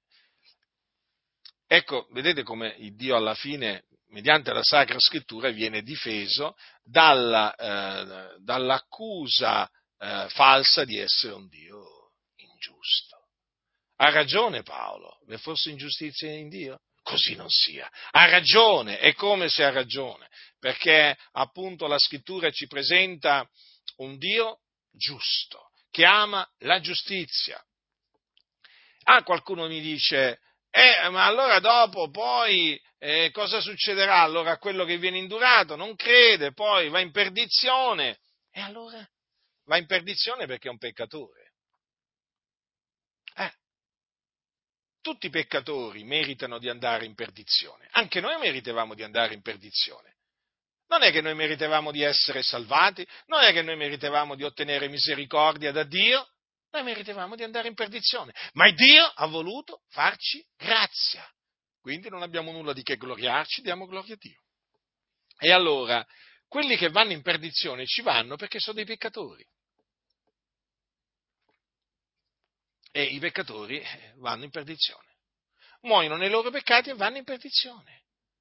Ecco, vedete come il Dio alla fine, mediante la Sacra Scrittura, viene difeso dalla, eh, dall'accusa eh, falsa di essere un Dio ingiusto. Ha ragione Paolo, vi fosse ingiustizia in Dio? Così non sia. Ha ragione, è come se ha ragione, perché appunto la Scrittura ci presenta un Dio giusto, che ama la giustizia. Ah, qualcuno mi dice, eh, ma allora dopo poi eh, cosa succederà? Allora a quello che viene indurato non crede, poi va in perdizione. E allora? Va in perdizione perché è un peccatore. Eh, tutti i peccatori meritano di andare in perdizione. Anche noi meritevamo di andare in perdizione. Non è che noi meritevamo di essere salvati, non è che noi meritevamo di ottenere misericordia da Dio, noi meritevamo di andare in perdizione. Ma Dio ha voluto farci grazia. Quindi non abbiamo nulla di che gloriarci, diamo gloria a Dio. E allora, quelli che vanno in perdizione ci vanno perché sono dei peccatori. E i peccatori vanno in perdizione. Muoiono nei loro peccati e vanno in perdizione.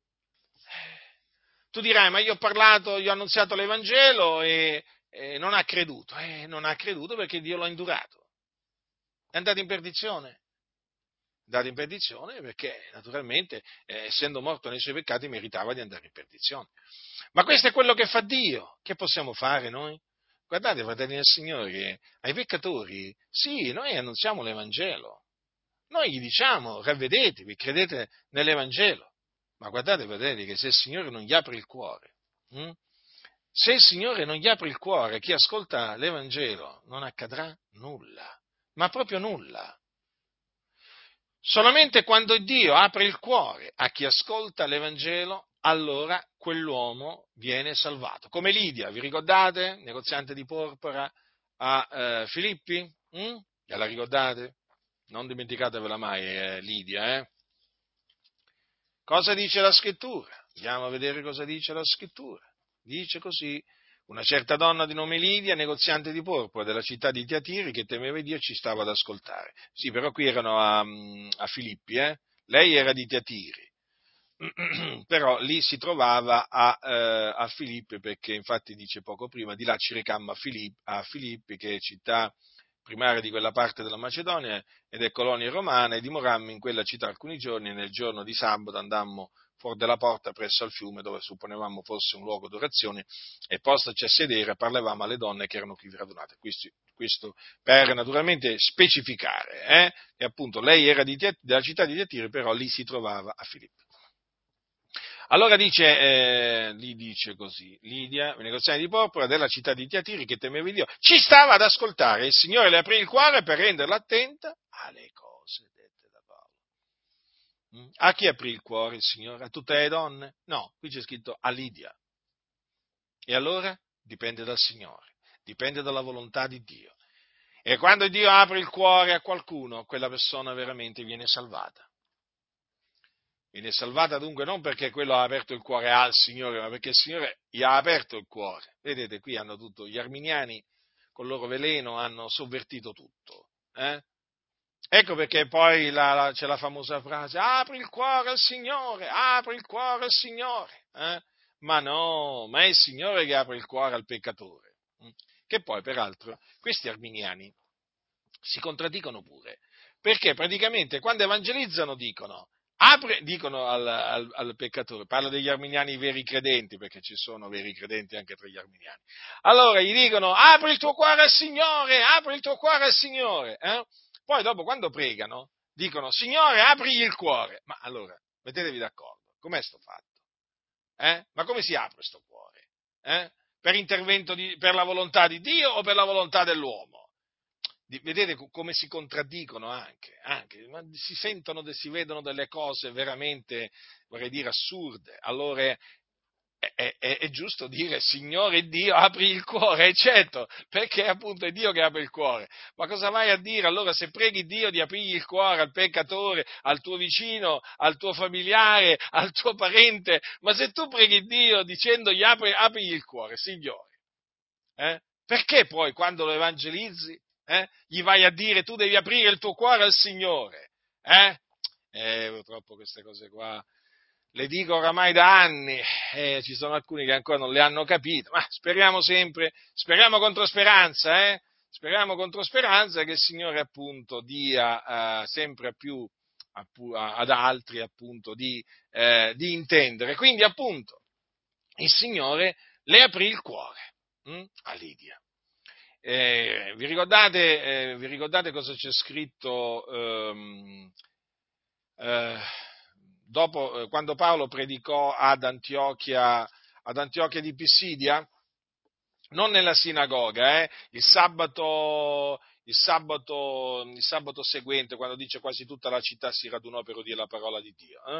Tu dirai, ma io ho parlato, io ho annunziato l'Evangelo e, e non ha creduto. Eh, non ha creduto perché Dio l'ha indurato. È andato in perdizione. È andato in perdizione perché, naturalmente, eh, essendo morto nei suoi peccati, meritava di andare in perdizione. Ma questo è quello che fa Dio. Che possiamo fare noi? Guardate, fratelli del Signore, che ai peccatori, sì, noi annunziamo l'Evangelo. Noi gli diciamo, ravvedetevi, credete nell'Evangelo. Ma guardate, fratelli, che se il Signore non gli apre il cuore, hm? se il Signore non gli apre il cuore, chi ascolta l'Evangelo non accadrà nulla, ma proprio nulla. Solamente quando Dio apre il cuore a chi ascolta l'Evangelo, allora quell'uomo viene salvato. Come Lidia, vi ricordate? Negoziante di porpora a eh, Filippi? Hm? Ve la ricordate? Non dimenticatevela mai, eh, Lidia, eh? Cosa dice la Scrittura? Andiamo a vedere cosa dice la Scrittura. Dice così, una certa donna di nome Lidia, negoziante di porpora della città di Tiatiri, che temeva Dio, ci stava ad ascoltare. Sì, però qui erano a, a Filippi, eh? Lei era di Tiatiri, però lì si trovava a, eh, a Filippi, perché infatti dice poco prima, di là ci recammo a Filippi, a Filippi, che è città primaria di quella parte della Macedonia ed è colonia romana, e dimorammo in quella città alcuni giorni, e nel giorno di sabato andammo fuori della porta presso al fiume, dove supponevamo fosse un luogo d'orazione, e postaci a sedere parlavamo alle donne che erano qui radunate. Questo, questo per naturalmente specificare, eh? E appunto lei era di, della città di Tiatiri, però lì si trovava a Filippi. Allora dice, eh, lì dice così, Lidia, negoziante di porpora della città di Tiatiri, che temeva Dio, ci stava ad ascoltare, il Signore le aprì il cuore per renderla attenta alle cose dette da Paolo. A chi aprì il cuore il Signore? A tutte le donne? No, qui c'è scritto a Lidia. E allora? Dipende dal Signore, dipende dalla volontà di Dio. E quando Dio apre il cuore a qualcuno, quella persona veramente viene salvata. Viene salvata dunque non perché quello ha aperto il cuore al Signore, ma perché il Signore gli ha aperto il cuore. Vedete, qui hanno tutto, gli arminiani col loro veleno hanno sovvertito tutto. Eh? Ecco perché poi la, la, c'è la famosa frase, apri il cuore al Signore, apri il cuore al Signore. Eh? Ma no, ma è il Signore che apre il cuore al peccatore. Che poi, peraltro, questi arminiani si contraddicono pure, perché praticamente quando evangelizzano dicono, apre, dicono al, al, al peccatore, parlo degli arminiani veri credenti, perché ci sono veri credenti anche tra gli arminiani, allora gli dicono, apri il tuo cuore al Signore, apri il tuo cuore al Signore, eh? Poi dopo quando pregano, dicono, Signore, aprigli il cuore, ma allora, mettetevi d'accordo, com'è sto fatto? Eh? Ma come si apre sto cuore? Eh? Per intervento di, per la volontà di Dio o per la volontà dell'uomo? Vedete come si contraddicono anche, anche, ma si sentono, si vedono delle cose veramente, vorrei dire, assurde. Allora, è, è, è giusto dire: Signore Dio, apri il cuore, certo, perché appunto è Dio che apre il cuore. Ma cosa vai a dire allora se preghi Dio di aprire il cuore al peccatore, al tuo vicino, al tuo familiare, al tuo parente? Ma se tu preghi Dio dicendogli apri, aprigli il cuore, Signore, eh? Perché poi quando lo evangelizzi, eh, gli vai a dire: tu devi aprire il tuo cuore al Signore? Eh? Eh, purtroppo queste cose qua le dico oramai da anni, eh, ci sono alcuni che ancora non le hanno capite, ma speriamo sempre, speriamo contro speranza, eh? Speriamo contro speranza che il Signore appunto dia eh, sempre più ad altri appunto di, eh, di intendere. Quindi appunto il Signore le aprì il cuore hm, a Lidia. Eh, vi, ricordate, eh, vi ricordate cosa c'è scritto ehm, eh, dopo, eh, quando Paolo predicò ad Antiochia, ad Antiochia di Pisidia? Non nella sinagoga, eh? il, sabato, il, sabato, il sabato seguente, quando dice quasi tutta la città si radunò per udire la parola di Dio. Eh?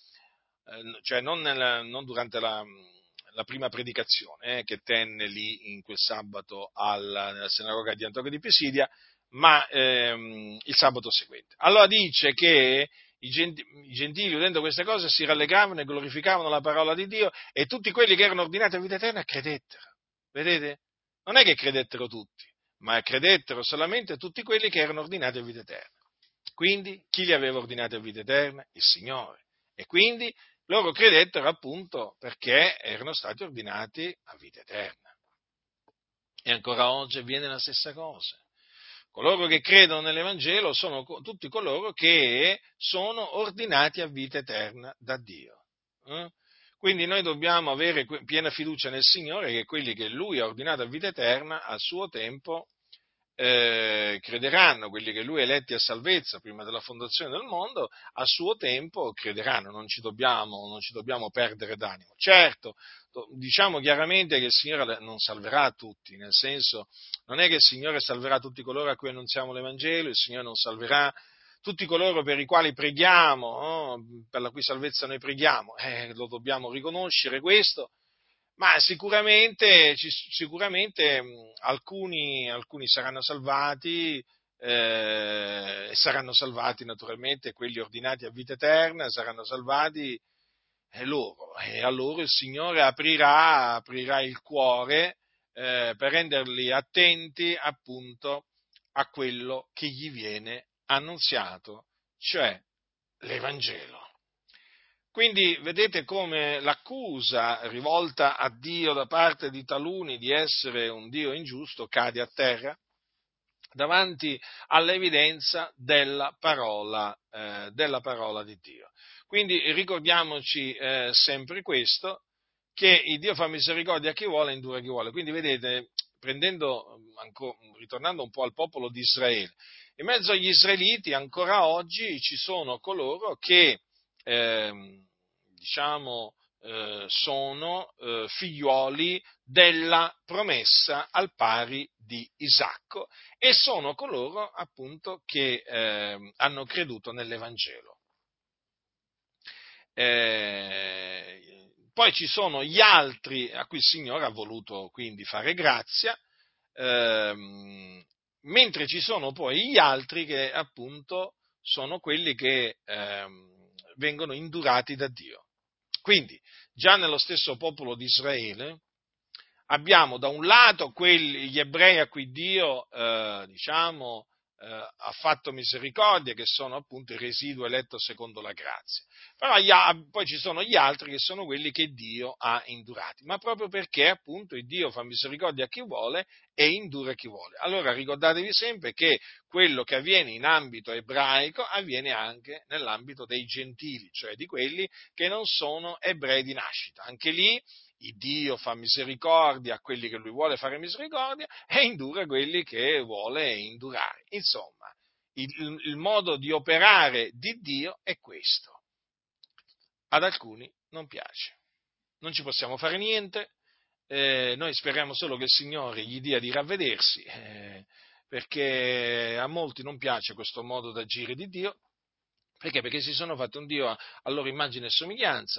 Eh, cioè non, nel, non durante la, la prima predicazione eh, che tenne lì in quel sabato alla, nella sinagoga di Antiochia di Pisidia, ma ehm, il sabato seguente. Allora dice che i gentili, udendo queste cose, si rallegravano e glorificavano la parola di Dio, e tutti quelli che erano ordinati a vita eterna credettero. Vedete? Non è che credettero tutti, ma credettero solamente tutti quelli che erano ordinati a vita eterna. Quindi, chi li aveva ordinati a vita eterna? Il Signore. E quindi loro credettero appunto perché erano stati ordinati a vita eterna. E ancora oggi avviene la stessa cosa. Coloro che credono nell'Evangelo sono tutti coloro che sono ordinati a vita eterna da Dio. Eh? Quindi noi dobbiamo avere piena fiducia nel Signore che quelli che Lui ha ordinato a vita eterna al suo tempo eh, crederanno, quelli che Lui ha eletti a salvezza prima della fondazione del mondo, a suo tempo crederanno, non ci dobbiamo, non ci dobbiamo perdere d'animo. Certo, diciamo chiaramente che il Signore non salverà tutti, nel senso, non è che il Signore salverà tutti coloro a cui annunziamo l'Evangelo, il Signore non salverà tutti coloro per i quali preghiamo, oh, per la cui salvezza noi preghiamo, eh, lo dobbiamo riconoscere questo, ma sicuramente, sicuramente mh, alcuni, alcuni saranno salvati, eh, e saranno salvati naturalmente quelli ordinati a vita eterna, saranno salvati eh, loro, e a loro il Signore aprirà, aprirà il cuore eh, per renderli attenti appunto a quello che gli viene annunziato, cioè l'Evangelo. Quindi vedete come l'accusa rivolta a Dio da parte di taluni di essere un Dio ingiusto cade a terra davanti all'evidenza della parola, eh, della parola di Dio. Quindi ricordiamoci eh, sempre questo, che il Dio fa misericordia a chi vuole e indura a chi vuole. Quindi vedete, prendendo, ritornando un po' al popolo di Israele, in mezzo agli israeliti ancora oggi ci sono coloro che, eh, diciamo, eh, sono eh, figliuoli della promessa al pari di Isacco, e sono coloro appunto che eh, hanno creduto nell'Evangelo. Eh, poi ci sono gli altri a cui il Signore ha voluto quindi fare grazia, ehm, mentre ci sono poi gli altri che appunto sono quelli che ehm, vengono indurati da Dio. Quindi già nello stesso popolo di Israele abbiamo da un lato quelli, gli ebrei a cui Dio eh, diciamo, eh, ha fatto misericordia, che sono appunto il residuo eletto secondo la grazia, però gli, poi ci sono gli altri che sono quelli che Dio ha indurati, ma proprio perché appunto il Dio fa misericordia a chi vuole e indura chi vuole. Allora ricordatevi sempre che quello che avviene in ambito ebraico avviene anche nell'ambito dei gentili, cioè di quelli che non sono ebrei di nascita. Anche lì il Dio fa misericordia a quelli che Lui vuole fare misericordia e indura quelli che vuole indurare. Insomma, il, il modo di operare di Dio è questo. Ad alcuni non piace. Non ci possiamo fare niente, eh, noi speriamo solo che il Signore gli dia di ravvedersi, eh, perché a molti non piace questo modo d'agire di Dio. Perché? Perché si sono fatti un Dio a, a loro immagine e somiglianza,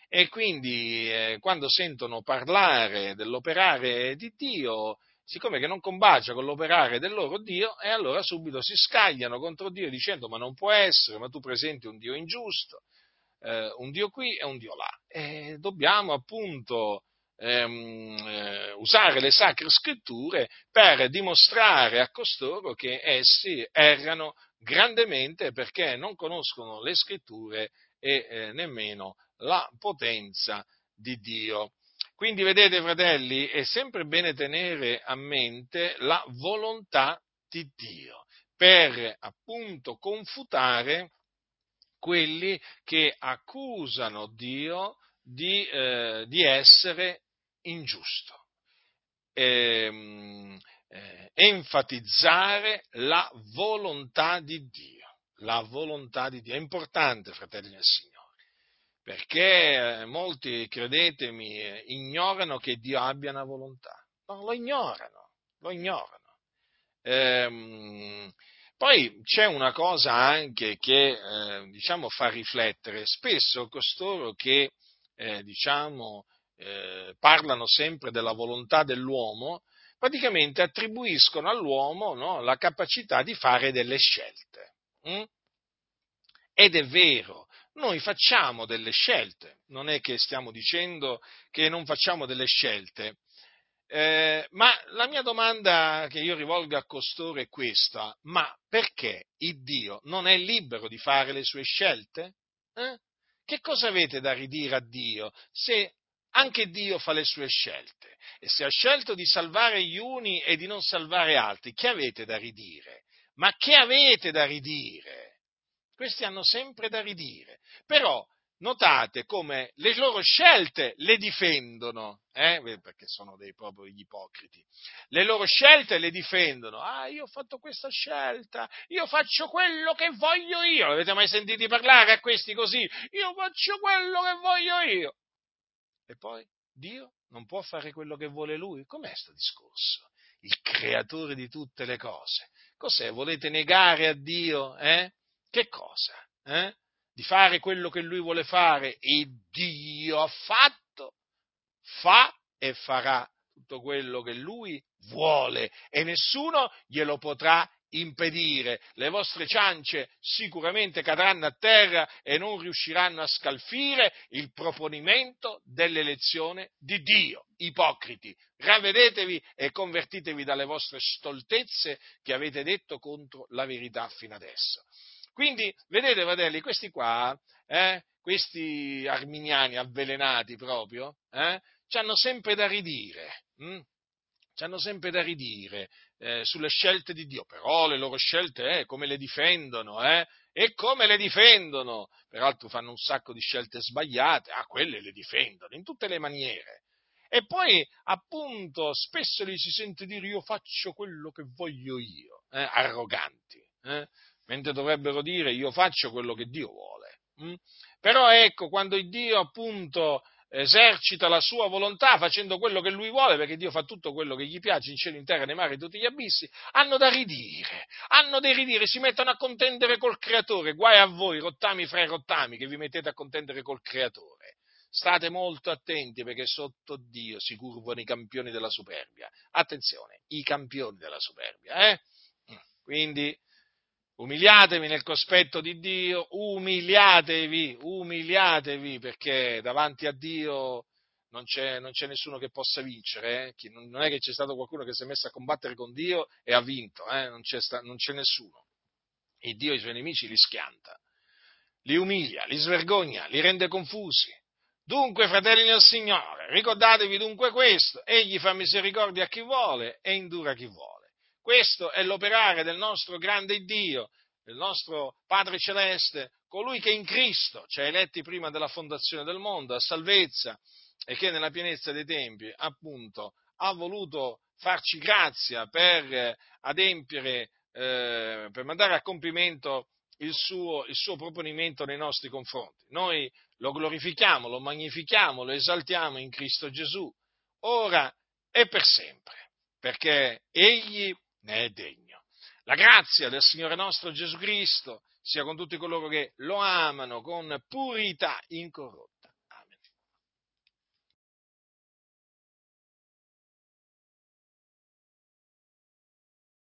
e quindi eh, quando sentono parlare dell'operare di Dio, siccome che non combacia con l'operare del loro Dio, e allora subito si scagliano contro Dio dicendo ma non può essere, ma tu presenti un Dio ingiusto, eh, un Dio qui e un Dio là. E dobbiamo appunto ehm, eh, usare le sacre scritture per dimostrare a costoro che essi errano grandemente perché non conoscono le scritture e eh, nemmeno la potenza di Dio. Quindi vedete, fratelli, è sempre bene tenere a mente la volontà di Dio per appunto confutare quelli che accusano Dio di, eh, di essere ingiusto. Ehm, eh, enfatizzare la volontà di Dio. La volontà di Dio è importante, fratelli del Signore, perché eh, molti, credetemi, eh, ignorano che Dio abbia una volontà. No, lo ignorano, lo ignorano. Ehm, poi c'è una cosa anche che eh, diciamo fa riflettere. Spesso costoro che eh, diciamo eh, parlano sempre della volontà dell'uomo, praticamente attribuiscono all'uomo, no, la capacità di fare delle scelte. Mm? Ed è vero, noi facciamo delle scelte, non è che stiamo dicendo che non facciamo delle scelte, eh, ma la mia domanda che io rivolgo a costoro è questa: ma perché il Dio non è libero di fare le sue scelte? Eh? Che cosa avete da ridire a Dio se anche Dio fa le sue scelte? E se ha scelto di salvare gli uni e di non salvare altri, che avete da ridire? Ma che avete da ridire? Questi hanno sempre da ridire, però notate come le loro scelte le difendono, eh? Perché sono dei proprio gli ipocriti, le loro scelte le difendono. Ah, io ho fatto questa scelta, io faccio quello che voglio io. Avete mai sentito parlare a questi così? Io faccio quello che voglio io. E poi Dio non può fare quello che vuole lui? Com'è sto discorso? Il creatore di tutte le cose. Cos'è? Volete negare a Dio? Eh? Che cosa? Eh? Di fare quello che lui vuole fare? E Dio ha fatto, fa e farà tutto quello che lui vuole e nessuno glielo potrà impedire. Le vostre ciance sicuramente cadranno a terra e non riusciranno a scalfire il proponimento dell'elezione di Dio. Ipocriti, ravvedetevi e convertitevi dalle vostre stoltezze che avete detto contro la verità fino adesso. Quindi, vedete, fratelli, questi qua, eh, questi arminiani avvelenati proprio, eh, c'hanno sempre da ridire, hm? C'hanno sempre da ridire eh, sulle scelte di Dio, però le loro scelte, eh, come le difendono, eh? E come le difendono? Peraltro fanno un sacco di scelte sbagliate, ah, quelle le difendono in tutte le maniere. E poi, appunto, spesso li si sente dire io faccio quello che voglio io, eh? Arroganti, eh? Mentre dovrebbero dire io faccio quello che Dio vuole. Hm? Però ecco, quando il Dio appunto esercita la sua volontà facendo quello che lui vuole, perché Dio fa tutto quello che gli piace in cielo, in terra, nei mari e in tutti gli abissi, hanno da ridire, hanno da ridire, si mettono a contendere col Creatore. Guai a voi, rottami fra i rottami, che vi mettete a contendere col Creatore. State molto attenti perché sotto Dio si curvano i campioni della superbia. Attenzione, i campioni della superbia, eh? Quindi umiliatevi nel cospetto di Dio, umiliatevi, umiliatevi, perché davanti a Dio non c'è, non c'è nessuno che possa vincere. Eh? Non è che c'è stato qualcuno che si è messo a combattere con Dio e ha vinto, eh? non, c'è sta, non c'è nessuno. E Dio i suoi nemici li schianta, li umilia, li svergogna, li rende confusi. Dunque, fratelli del Signore, ricordatevi dunque questo: egli fa misericordia a chi vuole e indura a chi vuole. Questo è l'operare del nostro grande Dio, del nostro Padre Celeste, colui che in Cristo ci ha eletti prima della fondazione del mondo a salvezza e che nella pienezza dei tempi, appunto, ha voluto farci grazia per adempiere, eh, per mandare a compimento il suo, il suo proponimento nei nostri confronti. Noi lo glorifichiamo, lo magnifichiamo, lo esaltiamo in Cristo Gesù, ora e per sempre, perché Egli ne è degno. La grazia del Signore nostro Gesù Cristo sia con tutti coloro che lo amano con purità incorrotta.